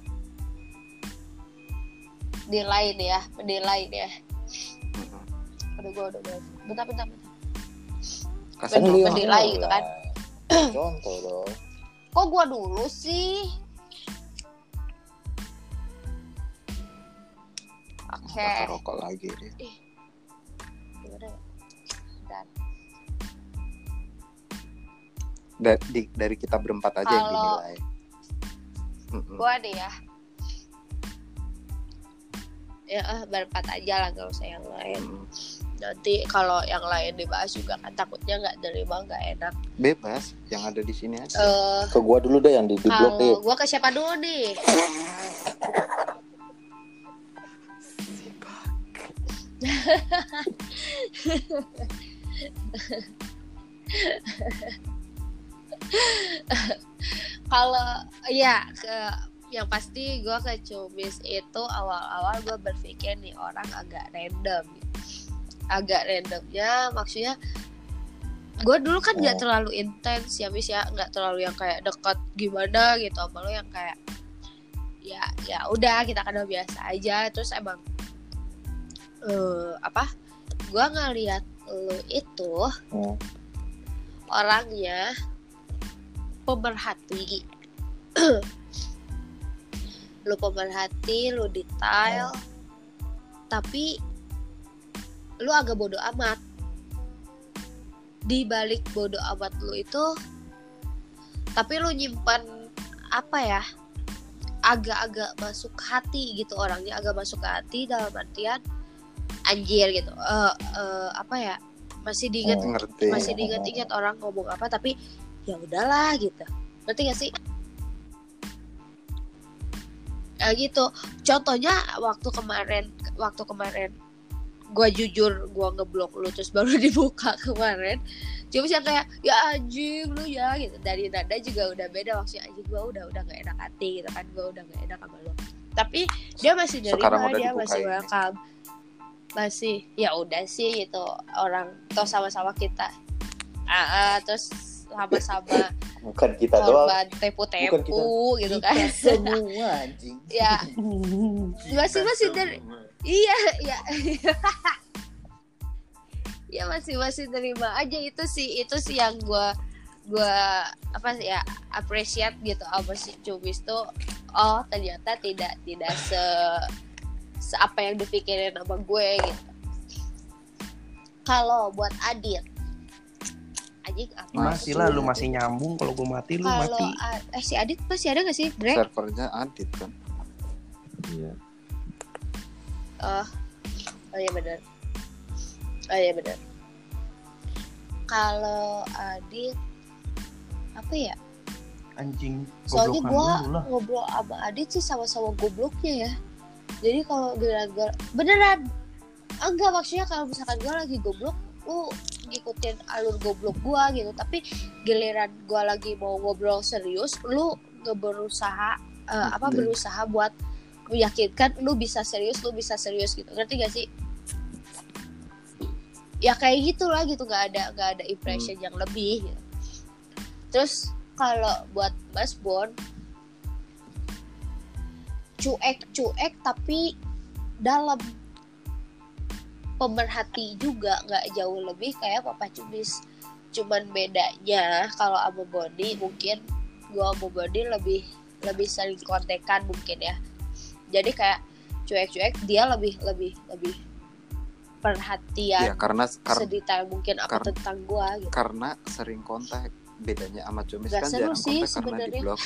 Menilai ya. Aduh gue udah bentar. Menilai gitu kan. Contoh dong. Kok gue dulu sih? Oke. Bakar rokok lagi deh. Gimana ya? Dari kita berempat aja yang dinilai. Gue deh ya. Ya berempat aja lah, gak usah yang lain. Nanti kalau yang lain dibahas juga kan takutnya nggak terima, nggak enak. Bebas, yang ada di sini aja. Ke gua dulu deh yang di blok deh. Gua ke siapa dulu nih? Kalau ya yang pasti gue ke Cubis itu awal-awal gue berpikir nih orang agak randomnya maksudnya gue dulu kan nggak terlalu intens ya mis ya, nggak terlalu yang kayak dekat gimana gitu sama lo, yang kayak ya udah kita kenal biasa aja. Terus emang gue ngeliat lo itu orangnya pemerhati. Lu pemerhati, lu detail, tapi lu agak bodo amat. Di balik bodo amat lu itu, tapi lu nyimpan agak-agak masuk hati gitu orangnya, agak masuk ke hati dalam artian anjir gitu. Masih diingat orang ngomong apa, tapi ya udahlah gitu. Ngerti gak sih? Gitu. Contohnya waktu kemarin gue jujur gue ngeblok lu terus baru dibuka kemarin. Cuma sih kayak ya anjing lu ya gitu. Dari nada juga udah beda, maksudnya anjing gue udah gak enak hati gitu kan, gue udah gak enak sama lu. Tapi dia masih nerima, dia masih welcome. Masih ya udah sih gitu, orang toh sama-sama kita. Terus sama-sama bukan kita doang, korban tepu-tepu gitu kan. Semua anjing. Ya. Masih dari iya. Ya masih terima aja, itu sih yang gue appreciate gitu apa sih Cubis tuh. Oh, ternyata tidak se apa yang dipikirin sama gue gitu. Kalau buat Adit masih lah, lu masih nyambung. Kalau gue mati lu mati. Si Adit masih ada nggak sih, Bre? Servernya Adit kan? Iya. Oh iya benar. Kalau Adit anjing. Soalnya gue ngobrol sama Adit sih sama-sama gobloknya ya. Jadi kalau gue beneran enggak, maksudnya kalau misalkan gue lagi goblok, lu ngikutin alur goblok gue gitu. Tapi giliran gue lagi mau ngobrol serius, lu berusaha berusaha buat meyakinkan lu bisa serius gitu. Ngerti gak sih? Ya kayak gitulah gitu, nggak ada impression yang lebih gitu. Terus kalau buat Mas Bon, cuek tapi dalam, pemerhati juga, nggak jauh lebih kayak Papa Cubis. Cuman bedanya kalau sama Boni, mungkin gua sama Boni lebih sering kontekan mungkin ya. Jadi kayak cuek dia lebih perhatian ya, karena sedetail mungkin tentang gua gitu. Karena sering kontak. Bedanya sama Cumis kan jarang sih, kontak karena sebenernya. di blog.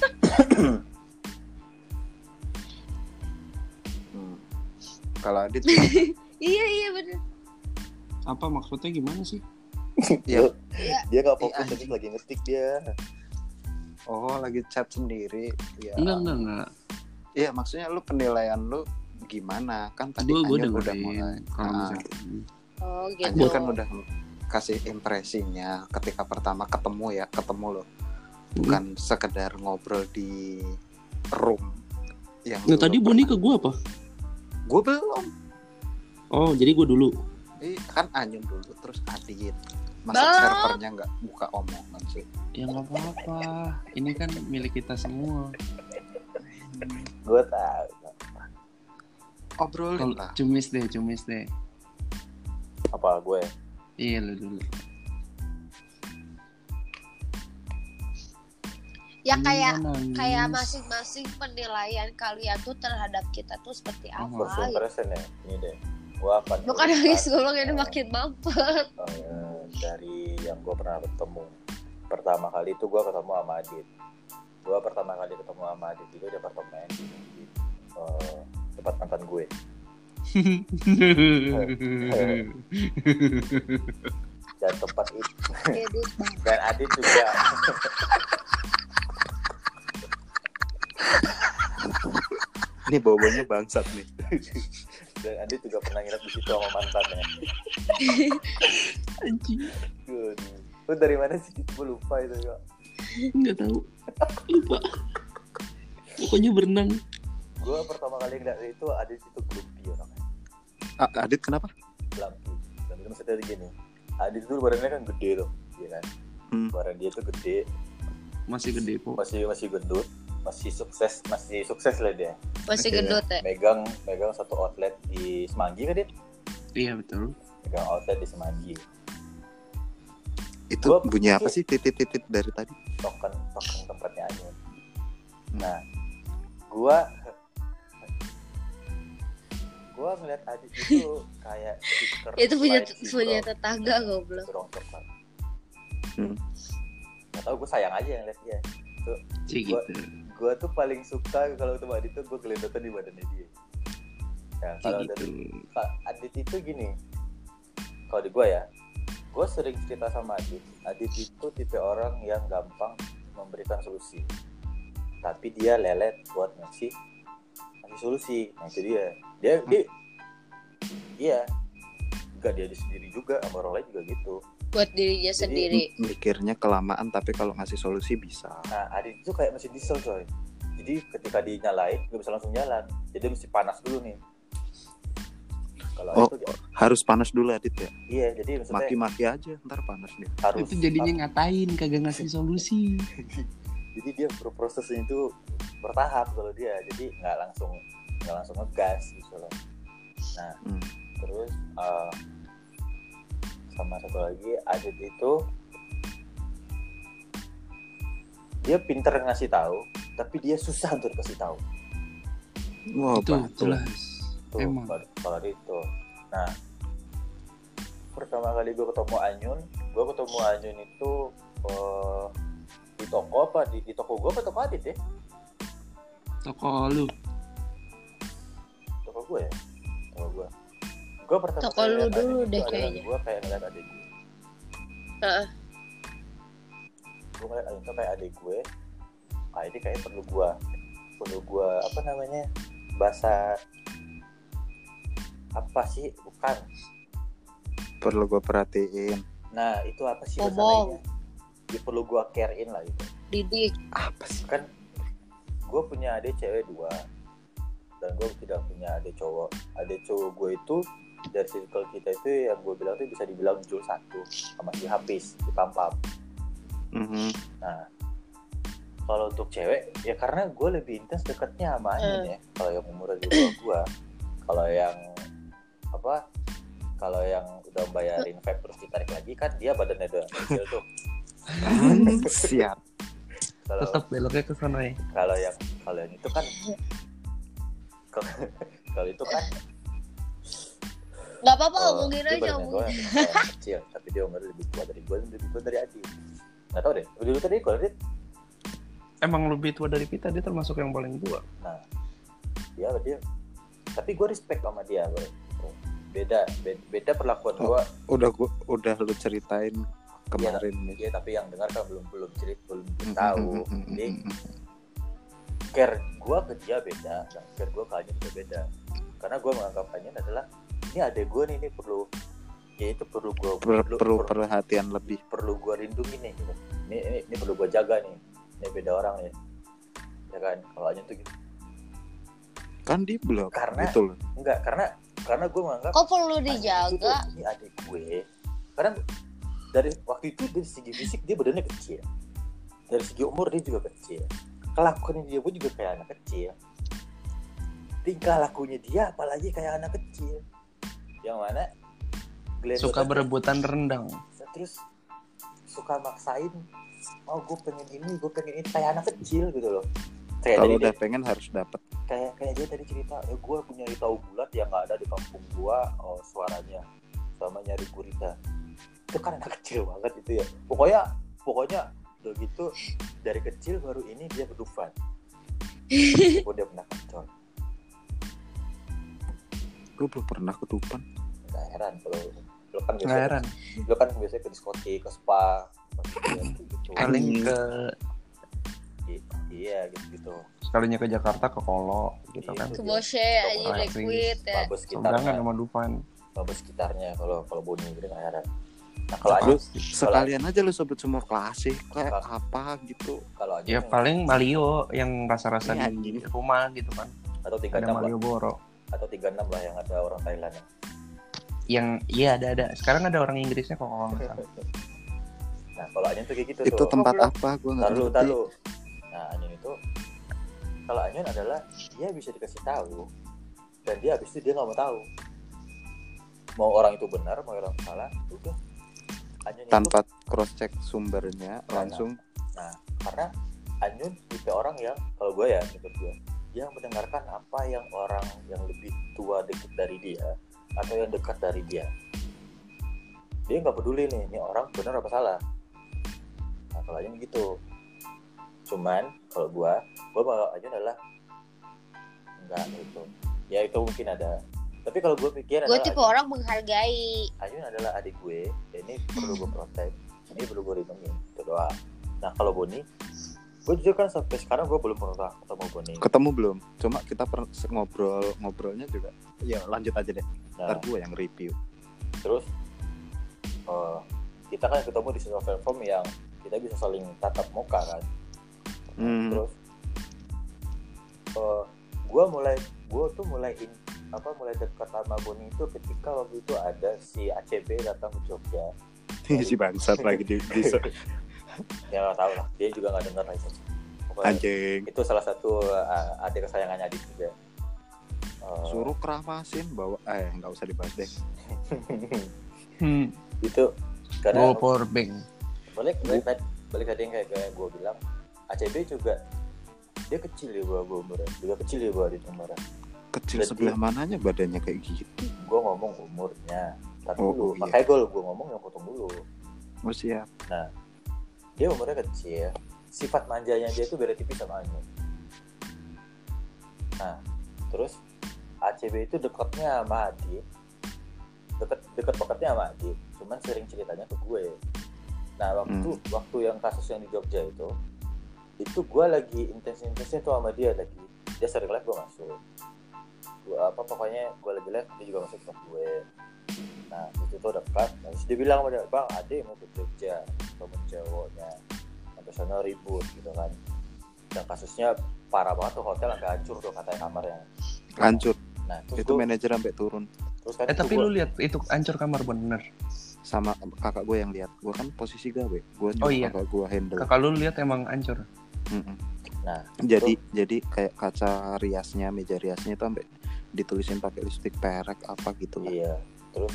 Kalau Adit iya bener. Apa maksudnya gimana sih? ya, Dia nggak fokus tadi lagi ngetik dia. oh lagi chat sendiri ya. Enggak. Iya, maksudnya lu penilaian lu gimana? Kan tadi Gue Anjur udah dengerin mulai. kalau misalnya. Oh gitu. Anjur kan udah kasih impresinya ketika pertama ketemu lo. Bukan sekedar ngobrol di room yang Nah, tadi Boni ke gue apa? Gue belum. Oh, jadi gue dulu. Kan Anyun dulu, terus Adit. Masa Belum. servernya nggak buka omongan sih? Ya nggak apa-apa. Ini kan milik kita semua. Gue tahu. Obrolin Kalau lah. Cumis deh. Apa gue? Iya lu dulu. Ya Ini kayak nangis. masing-masing penilaian kalian tuh terhadap kita tuh seperti apa First gitu. impression ya. Ini deh. Gue akan Bukan nangis goblok, ini makin mampet. dari yang gue pernah ketemu. Pertama kali itu gue ketemu sama Adit. Gue pertama kali ketemu sama Adit itu di apartemen di tempat mantan gue. Dan tempat itu dan Adit juga Ini bawanya bangsat nih. dan Adit juga pernah nginep di situ sama mantannya. Anjing. Lu dari mana sih? Gue lupa itu ya. Nggak tahu. Lupa. Pokoknya berenang. Gue pertama kali ngeliat itu Adit itu Glumpy orangnya. Adit kenapa? Glumpy. Dan itu maksudnya gini. Adit itu badannya kan gede tuh, ya kan? Badan dia tuh gede. Masih gede kok. Masih gendut. Masih sukses lah dia. Masih gendut ya. Megang satu outlet di Semanggi kan dia? Iya betul. Megang outlet di Semanggi. Itu bunyi apa sih titit-titit dari tadi? Token tempatnya Anyun. Nah, gua ngeliat Adit itu kayak stiker. Itu punya tetangga goblok. Rongsok kan. Nggak tahu, gue sayang aja ngeliat dia. Tuh, gue tuh paling suka kalau ketemu Adit tuh gue gelendotan di badannya dia. Nah, kalau dari Adit itu gini, kalau di gue ya, gue sering cerita sama Adit. Adit itu tipe orang yang gampang memberikan solusi, tapi dia lelet buat ngasih solusi. Nah itu dia enggak, dia sendiri juga sama orang lain juga gitu. Buat dirinya sendiri. Mikirnya kelamaan, tapi kalau ngasih solusi bisa. Nah, Adit itu kayak mesin diesel coy. Jadi ketika dinyalain gak bisa langsung jalan. Jadi mesti panas dulu nih. Kalau itu harus panas dulu Adit ya? Iya, jadi maksudnya maki-maki aja, ntar panas dia. Harus. Itu jadinya ngatain, kagak ngasih solusi. Jadi dia prosesnya itu bertahap kalau dia. Jadi nggak langsung ngegas gitu loh. Nah, terus sama satu lagi, Adit itu dia pinter ngasih tahu, tapi dia susah untuk kasih tahu. Wah, itu jelas. Emang. Kalau itu. Nah, pertama kali gue ketemu Anyun itu di toko apa? Di toko gue apa toko Adit ya? Toko lu. Toko gue ya? Toko gue. Gue pertama toko lu dulu deh kayaknya. Gue kayak ngeliat adik gue. Gue ngeliat Anyun tuh kayak adik gue. ini kayak perlu gua apa namanya, bahasa apa sih, bukan perlu gua perhatiin. Nah itu apa sih masalahnya, ya, perlu gua carein lah itu. Didik Apa sih? Kan gua punya adik cewek 2 dan gua tidak punya adik cowok. Adik cowok gua itu dari circle kita itu yang gue bilang tuh bisa dibilang jul 1 sama si Hafiz di Pampam. Nah kalau untuk cewek ya karena gue lebih intens dekatnya sama Anyun ya. Kalau yang umurnya di bawah gue, kalau yang udah bayarin vape terus ditarik lagi kan dia badannya udah kecil tuh. Siap. Tetap beloknya ke sana ya. Kalau yang itu kan kalau itu kan nggak apa-apa, ngomongin aja. Gue kecil tapi dia umurnya lebih tua dari gue dan lebih tua dari Adi. Nggak tahu deh, lebih tua dari gue. Emang lebih tua dari kita, dia termasuk yang paling tua. Nah dia tapi gue respect sama dia, bro. Beda perlakuan gue. Udah lu ceritain kemarin nih. Iya, tapi yang dengar kan belum tahu. Jadi care gue ke dia beda, dan care gue ke Anyun juga beda. Karena gue menganggap Anyun adalah ini adek gue nih, ini perlu gue perlu perhatian lebih, perlu gue lindungi nih gitu. Ini perlu gue jaga nih. Ini beda orang nih, ya kan? Kalau Anyun tuh gitu. Kan di blok karena gitu loh. Enggak, karena gue menganggap kok perlu dijaga. Ini adik gue. Karena dari waktu itu dari segi fisik dia badannya kecil, dari segi umur dia juga kecil, kelakuannya dia pun juga kayak anak kecil, tingkah lakunya dia apalagi kayak anak kecil, yang mana suka berebutan rendang, terus suka maksain, gue pengen ini kayak anak kecil gitu loh. Kalau udah pengen harus dapat. Kayak dia tadi cerita, gue punya tahu bulat yang nggak ada di kampung gue, suaranya sama nyari gurita. Itu kan anak kecil banget itu ya. Pokoknya udah gitu dari kecil baru ini dia berdufan. Meskipun dia pernah kacau. Gue belum pernah ketupan. Nggak heran kalau lo kan biasanya ke diskotik, ke spa, gitu. Paling ke iya gitu. Sekalinya ke Jakarta ke Kolo gitu kan. Ke Boshe aja liquid ya. Seberangan sama Dufan. Babes sekitarnya kalau Boni gitu nggak heran. Nah kalau Anyun sekalian aja lu sebut semua klasik kayak apa gitu. Kalau ya paling Malio yang rasa-rasa di rumah gitu kan. Atau 36 ada Malioboro. Atau 36 lah yang ada orang Thailand. Yang iya ada. Sekarang ada orang Inggrisnya kok kalau nggak salah. Nah kalau Anyun tuh kayak gitu itu tuh. Tempat apa? Gue nggak ngerti. Tahu. Nah Anyun itu kalau Anyun adalah dia bisa dikasih tahu dan dia habis itu dia nggak mau tahu. Mau orang itu benar, mau orang salah, udah. Anyun tanpa cross check sumbernya langsung. Nah, karena Anyun tipe orang yang kalau gue ya menurut gue yang mendengarkan apa yang orang yang lebih tua dekat dari dia atau yang dekat dari dia. Dia nggak peduli nih, ini orang benar apa salah. Nah, kalau Anyun gitu. Cuman kalau gue bakal Anyun adalah enggak gitu. Ya itu mungkin ada. Tapi kalau gue pikir gue tipe orang menghargai. Anyun adalah adik gue, ini perlu gue protek, ini perlu gue lindungi, itu doang. Nah kalau Boni, gue jujur kan sampai sekarang gue belum pernah ketemu Boni. Ketemu belum? Cuma kita ngobrolnya juga. Ya lanjut aja deh. Ntar gue yang review. Terus kita kan ketemu di sebuah platform yang kita bisa saling tatap muka kan. Terus gue mulai dekat sama Boni itu ketika waktu itu ada si ACB datang ke Jogja. Si bangsat lagi di Ya nggak tahu lah, dia juga nggak dengar lah itu. Anjing. Itu salah satu adik kesayangannya Adik juga. Suruh keramasin bawa, nggak usah dibahas deh. Itu karena power bank. Balik tadi yang kayak gue bilang, ACB juga dia kecil ya gue umurnya, juga kecil ya gue di umurnya. Kecil sebelah mananya badannya kayak gitu? Gue ngomong umurnya, tapi dulu, iya. Makanya gue ngomong yang potong dulu. Oh siap. Nah, dia umurnya kecil, sifat manjanya dia tuh beda tipis sama Anyun. Nah, terus ACB itu dekatnya sama Adit, deket dekatnya sama Adit, cuman sering ceritanya ke gue. Nah, waktu yang kasus yang di Jogja itu gue lagi intens-intensnya tuh sama dia lagi. Dia sering live, gue masuk. Pokoknya gue lagi live, dia juga masuk ke gue. Nah itu tuh dekat. Terus dia bilang sama dia, bang ada mau ke Jogja, temen cowoknya sampai sana ribut gitu kan. Dan kasusnya parah banget tuh, hotel sampai hancur tuh katanya kamarnya. Hancur. Nah itu manajer sampai turun. Terus kan tapi lu lihat itu hancur kamar bener? Sama kakak gue yang lihat. Gue kan posisi gawe. Gue kakak gue handle. Kakak lu lihat emang hancur. Nah jadi kayak kaca riasnya, meja riasnya itu sampai ditulisin pakai lipstick perek apa gitu lah. Iya. Terus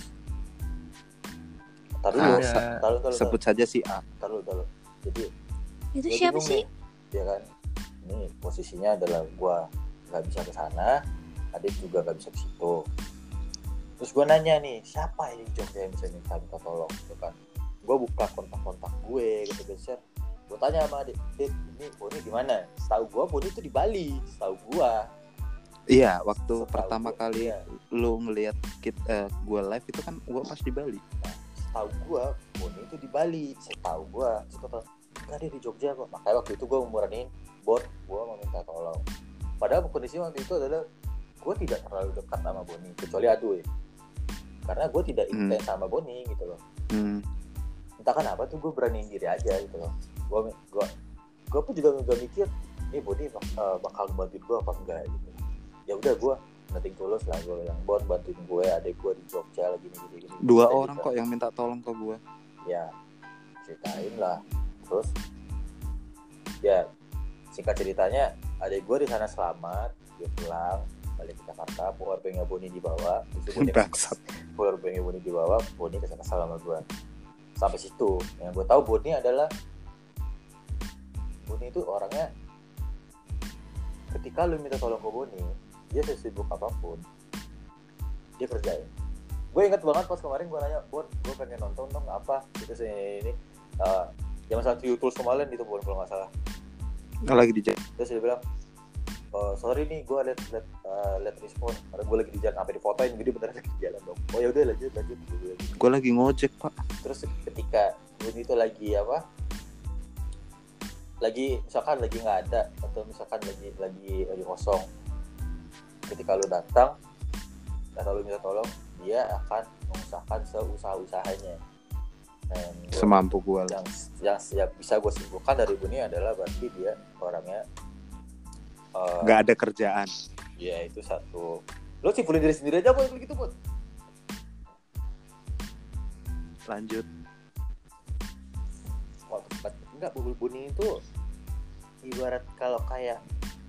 sebut saja si A. Taruh. Jadi itu siapa sih? Ya kan. Ini posisinya adalah gue nggak bisa ke sana, adik juga nggak bisa ke situ. Terus gue nanya nih, siapa ini Jogja yang bisa minta tolong gitu kan. Gue buka kontak-kontak gue gitu guys. Gue tanya sama adik, ini Boni di mana? Setahu gue Boni itu di Bali, setahu gue. Iya, waktu pertama kali lu ngelihat gue live itu kan gue pas di Bali. Nah, setahu gue Boni itu di Bali, setahu gue. Enggak, dia di Jogja kok. Makanya waktu itu gue memuranin Bon, gue mau minta tolong. Padahal kondisi waktu itu adalah gue tidak terlalu dekat sama Boni, kecuali Adu ya. Karena gue tidak intens sama Boni gitu loh. Entah kenapa tuh gue beraniin diri aja gitu loh. Gue pun juga nggak mikir, Boni bakal bantuin gue apa enggak gitu. Ya udah gue nothing tulus lah, gue bilang Bon bantuin gue, adek gue di Jogja lagi gini. 2 orang gitu. Kok yang minta tolong ke gue. Ya ceritain lah. Terus ya singkat ceritanya adek gue di sana selamat, dia pulang balik ke Jakarta, powerbanknya Boni dibawa, powerbanknya Boni dibawa, Boni kesana sama gue. Sampai situ, yang gue tahu Boni itu orangnya ketika lu minta tolong ke Boni, dia sesibuk apapun dia kerjain. Gue ingat banget pas kemarin gue nanya, Bon, gue pengen nonton dong apa gitu ini zaman saat Tools kemarin itu Bon kalau nggak salah. Lagi di jalan. Terus dia bilang, sorry nih gue liat respon karena gue lagi di jalan, sampai difotoin jadi beneran lagi di jalan dong. Oh ya udah lanjut. Gue lagi ngojek pak. Terus ketika Boni itu lagi misalkan lagi nggak ada atau misalkan lagi kosong, ketika lu datang atau lu minta tolong, dia akan mengusahakan seusaha-usahanya. Semampu gue. Yang bisa gue simpulkan dari Boni adalah berarti dia orangnya nggak ada kerjaan. Ya itu satu. Lo simpulin diri sendiri aja Bun gitu Bun. Lanjut. Enggak, Boni itu ibarat kalau kayak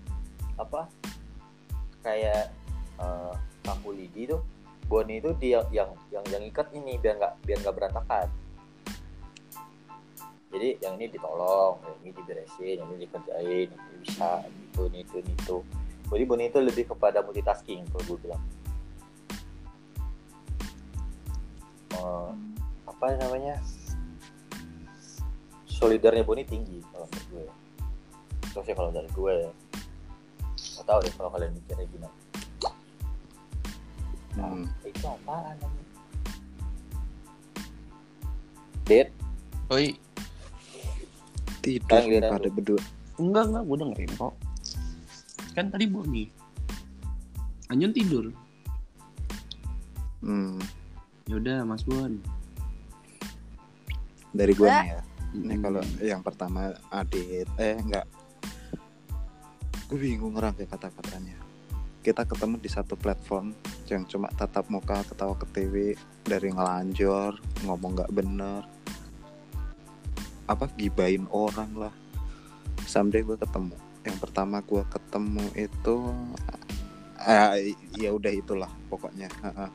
Kampul Lidi tuh, Boni itu dia yang ikat ini biar nggak berantakan. Jadi yang ini ditolong, yang ini diberesin, yang ini dikerjain, yang ini bisa itu. Jadi Boni itu lebih kepada multitasking kalau gue bilang. Apa namanya? Solidarnya Boni tinggi kalau menurut gue. Terus ya kalau dari gue, nggak tahu deh kalau kalian mikirnya gimana. Itu apaan namanya? Det? Oi. Tidur pada berdua. Enggak, gue dengerin kok. Kan tadi Boni. Anjun tidur. Yaudah Mas Bon. Dari gue nih ya. Ini kalau yang pertama Adit, enggak. Gue bingung ngerangkai kata-katanya. Kita ketemu di satu platform yang cuma tatap muka, ketawa ke TV, dari ngelanjor, ngomong nggak bener, gibain orang lah. Someday gue ketemu. Yang pertama gue ketemu itu, ya udah itulah pokoknya.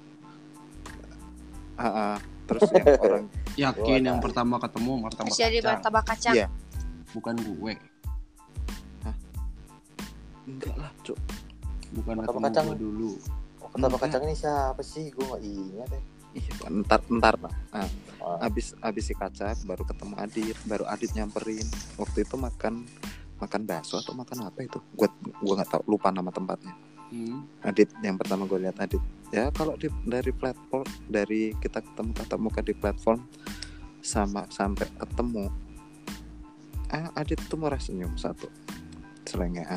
Terus yang orang yakin yang pertama ketemu martabak kacang. Jadi martabak kacang. Iya. Bukan gue. Hah? Enggak lah, Cuk. Bukan martabak ketemu kacang gue dulu. Martabak kacang ini siapa sih? Gue nggak ingat ya. Iya, entar lah. Abis si kacang baru ketemu Adit, baru Adit nyamperin. Waktu itu makan bakso atau makan apa itu? Gue nggak tahu, lupa nama tempatnya. Adit yang pertama gue lihat Adit. Ya kalau dari platform, dari kita ketemu tatap muka di platform sama sampai ketemu, Adit tuh murah senyum satu, selengean.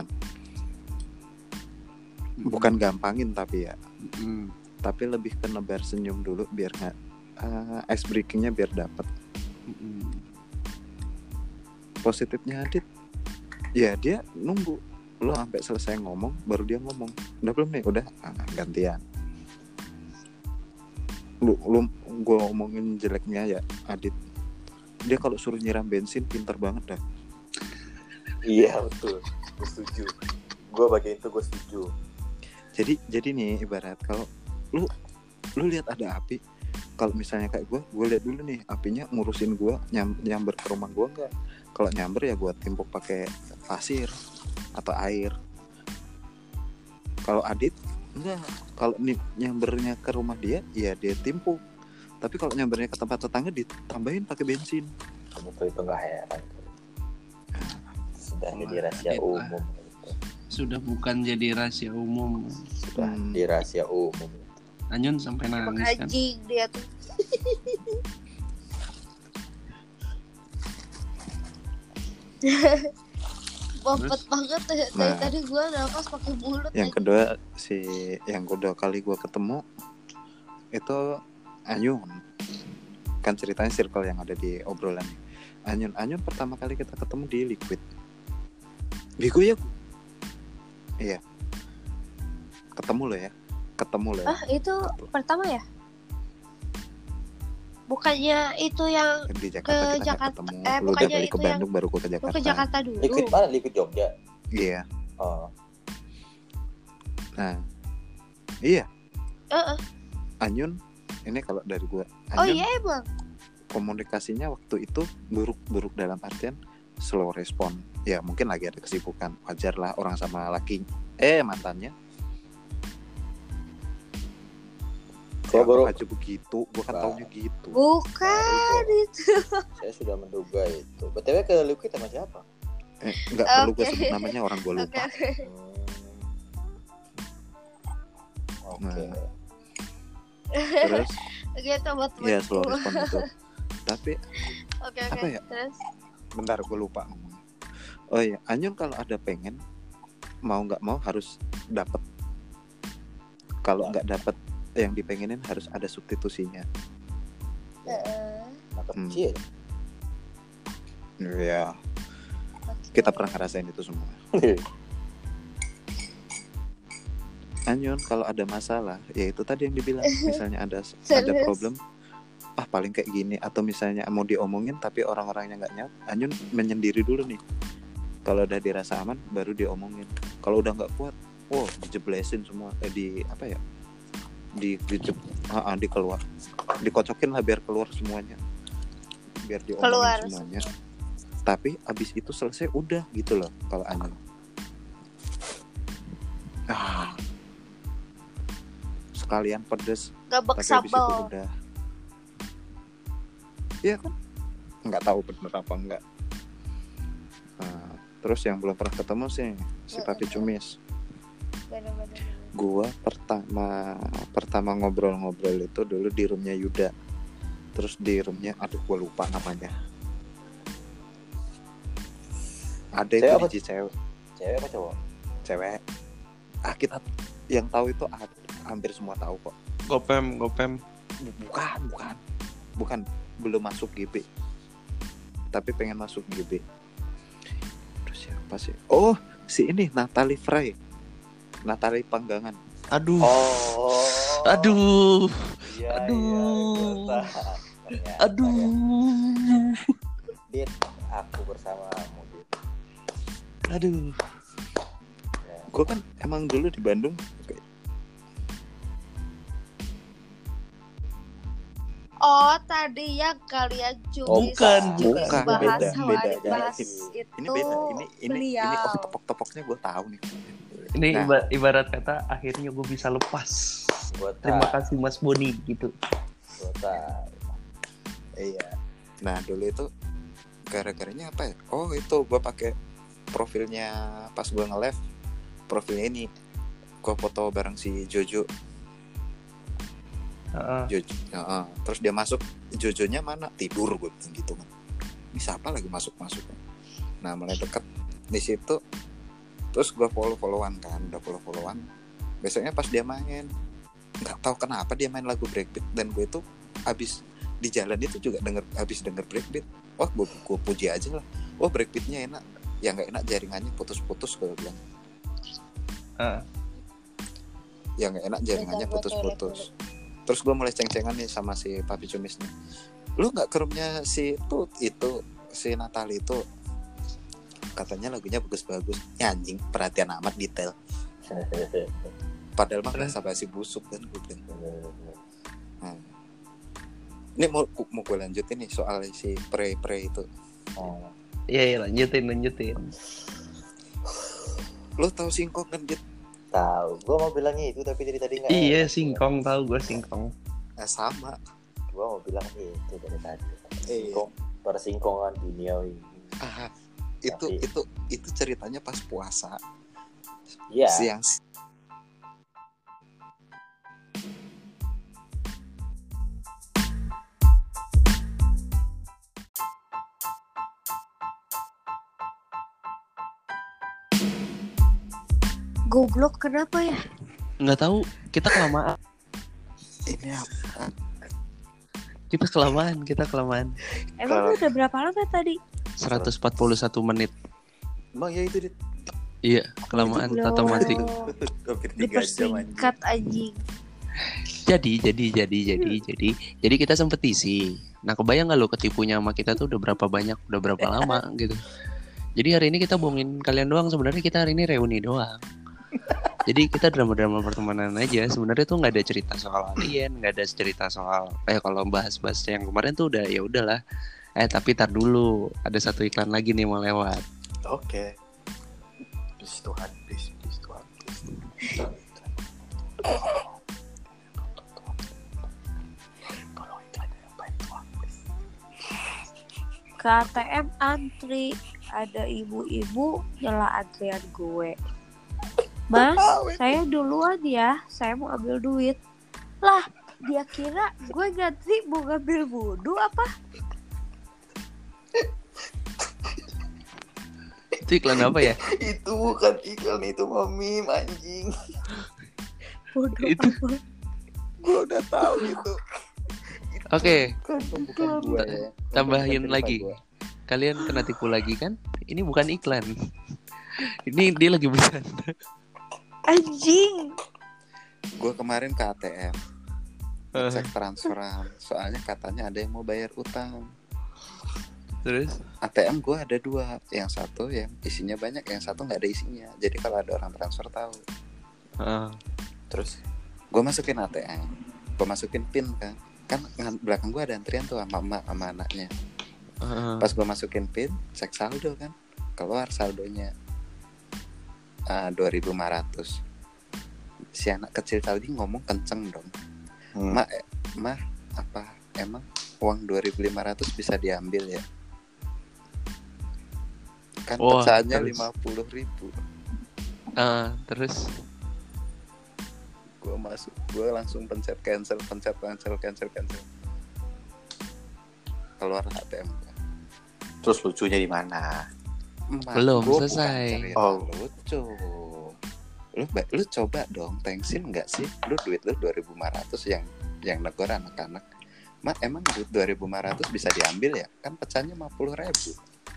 Bukan gampangin tapi ya, tapi lebih ke nebar senyum dulu biar nggak ice breakingnya biar dapet. Positifnya Adit, ya dia nunggu lo sampai selesai ngomong baru dia ngomong. Udah belum nih? Udah, gantian. Lu gue ngomongin jeleknya ya Adit, dia kalau suruh nyiram bensin pintar banget dah. Iya betul, gue setuju. Gue bagian itu gue setuju. Jadi nih ibarat kalau lu lihat ada api, kalau misalnya kayak gue lihat dulu nih apinya ngurusin gue nyamber ke rumah gue enggak. Kalau nyamber ya gue timpuk pakai pasir atau air. Kalau Adit enggak, kalau nyambernya ke rumah dia ya dia timpuk. Tapi kalau nyambernya ke tempat tetangga ditambahin pakai bensin. Kamu tuh itu nggak heran. Sudah jadi rahasia umum. Sudah bukan jadi rahasia umum. Sudah di rahasia umum. Anyun sampai nangis kan. Anjing dia tuh. Bobot banget tadi gue nafas pakai mulut. Yang kedua yang kedua kali gue ketemu itu Anyun. Kan ceritanya circle yang ada di obrolan nih. Anyun pertama kali kita ketemu di Liquid. Bego ya. Iya. Ketemu lo ya. Itu pertama ya? Bukannya itu yang di Jakarta ke kita Jakarta. ketemu. Bukannya lu udah balik itu ke Bandung baru gue ke Jakarta. Lu ke Jakarta dulu. Liquid mana? Liquid Jogja. Iya. Oh. Nah. Iya. Anyun. Anyun ini kalau dari gue. Oh iya emang. Komunikasinya waktu itu buruk dalam artian slow respon. Ya mungkin lagi ada kesibukan. Wajar lah orang sama laki mantannya. Kok baru aja begitu, gue kan taunya gitu. Bukan itu. Saya sudah menduga itu. BTW ke Liquid sama siapa? Enggak perlu gue sebut namanya, orang gue lupa. Oke. Terus gitu buat ya slow respon itu. Tapi Oke. apa ya? Terus Bentar gue lupa ngomongnya. Oh iya, Anyun kalau ada pengen mau nggak mau harus dapat. Kalau nggak dapat yang dipengenin harus ada substitusinya. Kecil. Ya. Kita pernah ngerasain itu semua. Anyun kalau ada masalah, ya itu tadi yang dibilang, misalnya ada problem, paling kayak gini, atau misalnya mau diomongin tapi orang-orangnya nggak nyaut, Anyun menyendiri dulu nih. Kalau udah dirasa aman, baru diomongin. Kalau udah nggak kuat, dijeblesin semua, dikeluar, dikocokin lah biar keluar semuanya, biar diomongin semuanya. Tapi abis itu selesai udah gitu loh kalau Anyun. Sekalian pedes, gabak tapi abis itu sambal. udah. Iya kan? Nggak tahu bener apa enggak. Terus yang belum pernah ketemu sih si Papi Cumis. Bener-bener. Gua pertama ngobrol-ngobrol itu dulu di roomnya Yuda. Terus di roomnya, gua lupa namanya. Ada itu biji cewek. Cewek apa cowok? Cewek. Kita yang tahu itu hampir semua tahu kok. Gopem. Bukan, belum masuk GB. Tapi pengen masuk GB. Terus siapa sih? Oh, si ini Natalie Fry. Natalie Panggangan. Aduh. Iya, Dit, aku bersamamu, Dit. Aduh. Ya. Gue kan emang dulu di Bandung. Oh, tadi yang kalian curi. Bukan. Bahas Beda. itu. Ini beda. Ini beliau. tepok-tepoknya gue tahu nih. Ini ibarat kata akhirnya gue bisa lepas. Terima kasih Mas Boni gitu. Iya. Nah dulu itu gara-garanya apa ya? Oh itu gue pakai profilnya pas gue nge-live, profilnya ini gue foto bareng si Jojo. Jojo. Terus dia masuk, Jojonya mana? Tidur gue bilang gitu kan. Ini siapa lagi masuk? Nah mulai deket di situ, terus gue followan kan, udah followan. Besoknya pas dia main, nggak tahu kenapa dia main lagu breakbeat, dan gue tuh abis di jalan itu juga abis denger breakbeat. Wah gue puji aja lah, wah breakbeatnya enak. Ya nggak enak jaringannya putus-putus, gue bilang. Ya nggak enak jaringannya putus-putus. Terus gue mulai ceng-cengan nih sama si Papi Cumis nih, lu nggak ke rumahnya si itu si Natali itu, katanya lagunya bagus-bagus. Ya anjing, perhatian amat detail. Padahal mah nggak basi busuk kan gue bilang. Nah, ini mau gue lanjutin nih soal si pre itu. Iya lanjutin. Lu tahu singkong kan, Dit? Tahu. Gue mau bilangnya itu tapi dari tadi nggak. Iya singkong, tahu gue singkong. Sama. Gue mau bilang itu dari tadi. Singkong, persingkongan duniawi. Itu ceritanya pas puasa. Iya. Siang. Goblok kenapa ya? Nggak tahu, kita kelamaan. Ini apa? Kita kelamaan. Emang udah berapa lama tadi? 141 menit. Emang ya itu, Dit? Iya, kelamaan tata mati. Dipersingkat anjing. Jadi kita sempet isi. Nah, kebayang nggak lo ketipunya sama kita tuh udah berapa lama gitu. Jadi hari ini kita bohongin kalian doang. Sebenarnya kita hari ini reuni doang. Jadi kita drama-drama pertemanan aja. Sebenarnya tuh nggak ada cerita soal alien, nggak ada cerita soal kalau bahas-bahas yang kemarin tuh udah ya udahlah. Tapi tar dulu, ada satu iklan lagi nih mau lewat. Oke. Please Tuhan. Ke ATM antri, ada ibu-ibu nyela antrian gue. Mas, saya duluan ya, saya mau ambil duit. Lah, dia kira gue ngantri mau ngambil wudhu apa? Itu iklan apa ya? Itu bukan iklan, itu mami anjing. Wudhu Itu. apa? Gue udah tahu itu. Oke, Bukan gue ya. tambahin lagi. Kalian kena tipu lagi kan? Ini bukan iklan. Ini dia lagi bercanda. Anjing. Gue kemarin ke ATM cek transferan, soalnya katanya ada yang mau bayar utang. Terus? ATM gue ada 2, yang satu yang isinya banyak, yang satu nggak ada isinya. Jadi kalau ada orang transfer tahu. Terus Gue masukin ATM, gue masukin PIN kan belakang gue ada antrian tuh sama emak sama anaknya. Pas gue masukin PIN, cek saldo kan, keluar saldonya 2.500. Si anak kecil tadi ngomong kenceng dong. Mah apa emang uang 2.500 bisa diambil ya? Kan pecahannya 50.000. Terus gue langsung pencet cancel. Keluar ATM. Terus lucunya di mana? Belum selesai. Lucu. Lu coba dong thanksin nggak sih? Lu duit lu 2.500 yang negor anak-anak. Emang duit 2.500 bisa diambil ya? Kan pecahnya 50.000.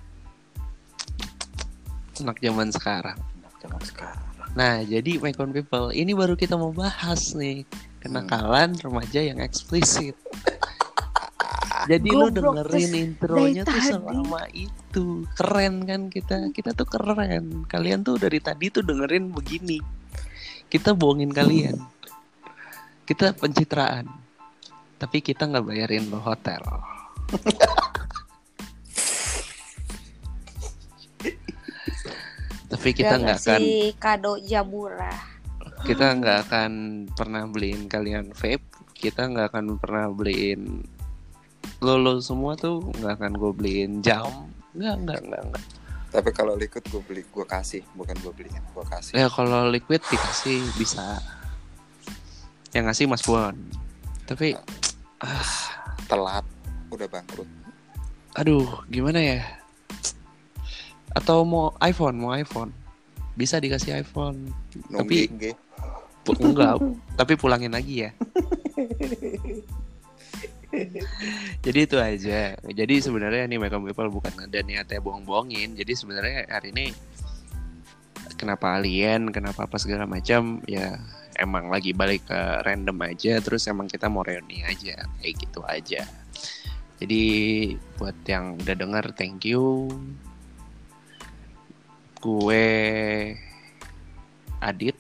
Anak zaman sekarang. Nah, jadi my con people, ini baru kita mau bahas nih kenakalan remaja yang eksplisit. Jadi lu dengerin intronya tuh selama itu. Keren kan kita tuh keren. Kalian tuh dari tadi tuh dengerin begini. Kita bohongin kalian. Kita pencitraan. Tapi kita gak bayarin lo hotel. Tapi kita gak akan kado jam murah. Kita gak akan pernah beliin kalian vape. Kita gak akan pernah beliin lo semua tuh nggak akan gue beliin jam, nggak. Tapi kalau liquid gue kasih, bukan gue beliin, gue kasih. Ya kalau liquid dikasih bisa, yang ngasih Mas Bon. Tapi telat, udah bangkrut. Aduh, gimana ya? Atau mau iPhone bisa dikasih iPhone. Tapi enggak, tapi pulangin lagi ya. Jadi itu aja. Jadi sebenarnya nih Welcome People bukan ada niatnya bohong-bohongin. Jadi sebenarnya hari ini kenapa alien, kenapa apa segala macam, ya emang lagi balik ke random aja. Terus emang kita mau reuni aja, kayak gitu aja. Jadi buat yang udah denger, thank you. Gue Adit.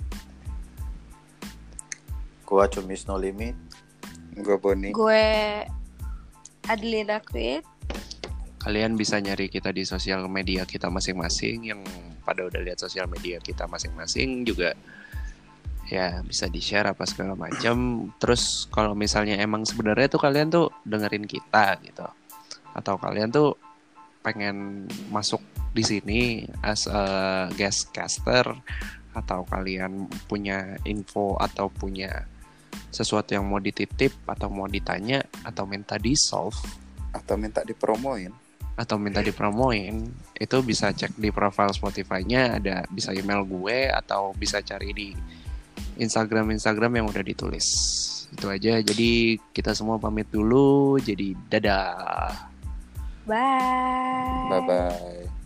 Gue Cumis No Limit. Gue Boni. Gue Adelina Quid. Kalian bisa nyari kita di sosial media kita masing-masing. Yang pada udah lihat sosial media kita masing-masing juga ya bisa di-share apa segala macam. Terus kalau misalnya emang sebenarnya tuh kalian tuh dengerin kita gitu, atau kalian tuh pengen masuk di sini as a guest caster, atau kalian punya info atau punya sesuatu yang mau dititip atau mau ditanya atau minta di-solve atau minta dipromoin, itu bisa cek di profile Spotify-nya, ada, bisa email gue atau bisa cari di Instagram yang udah ditulis. Itu aja. Jadi kita semua pamit dulu. Jadi dadah. Bye. Bye.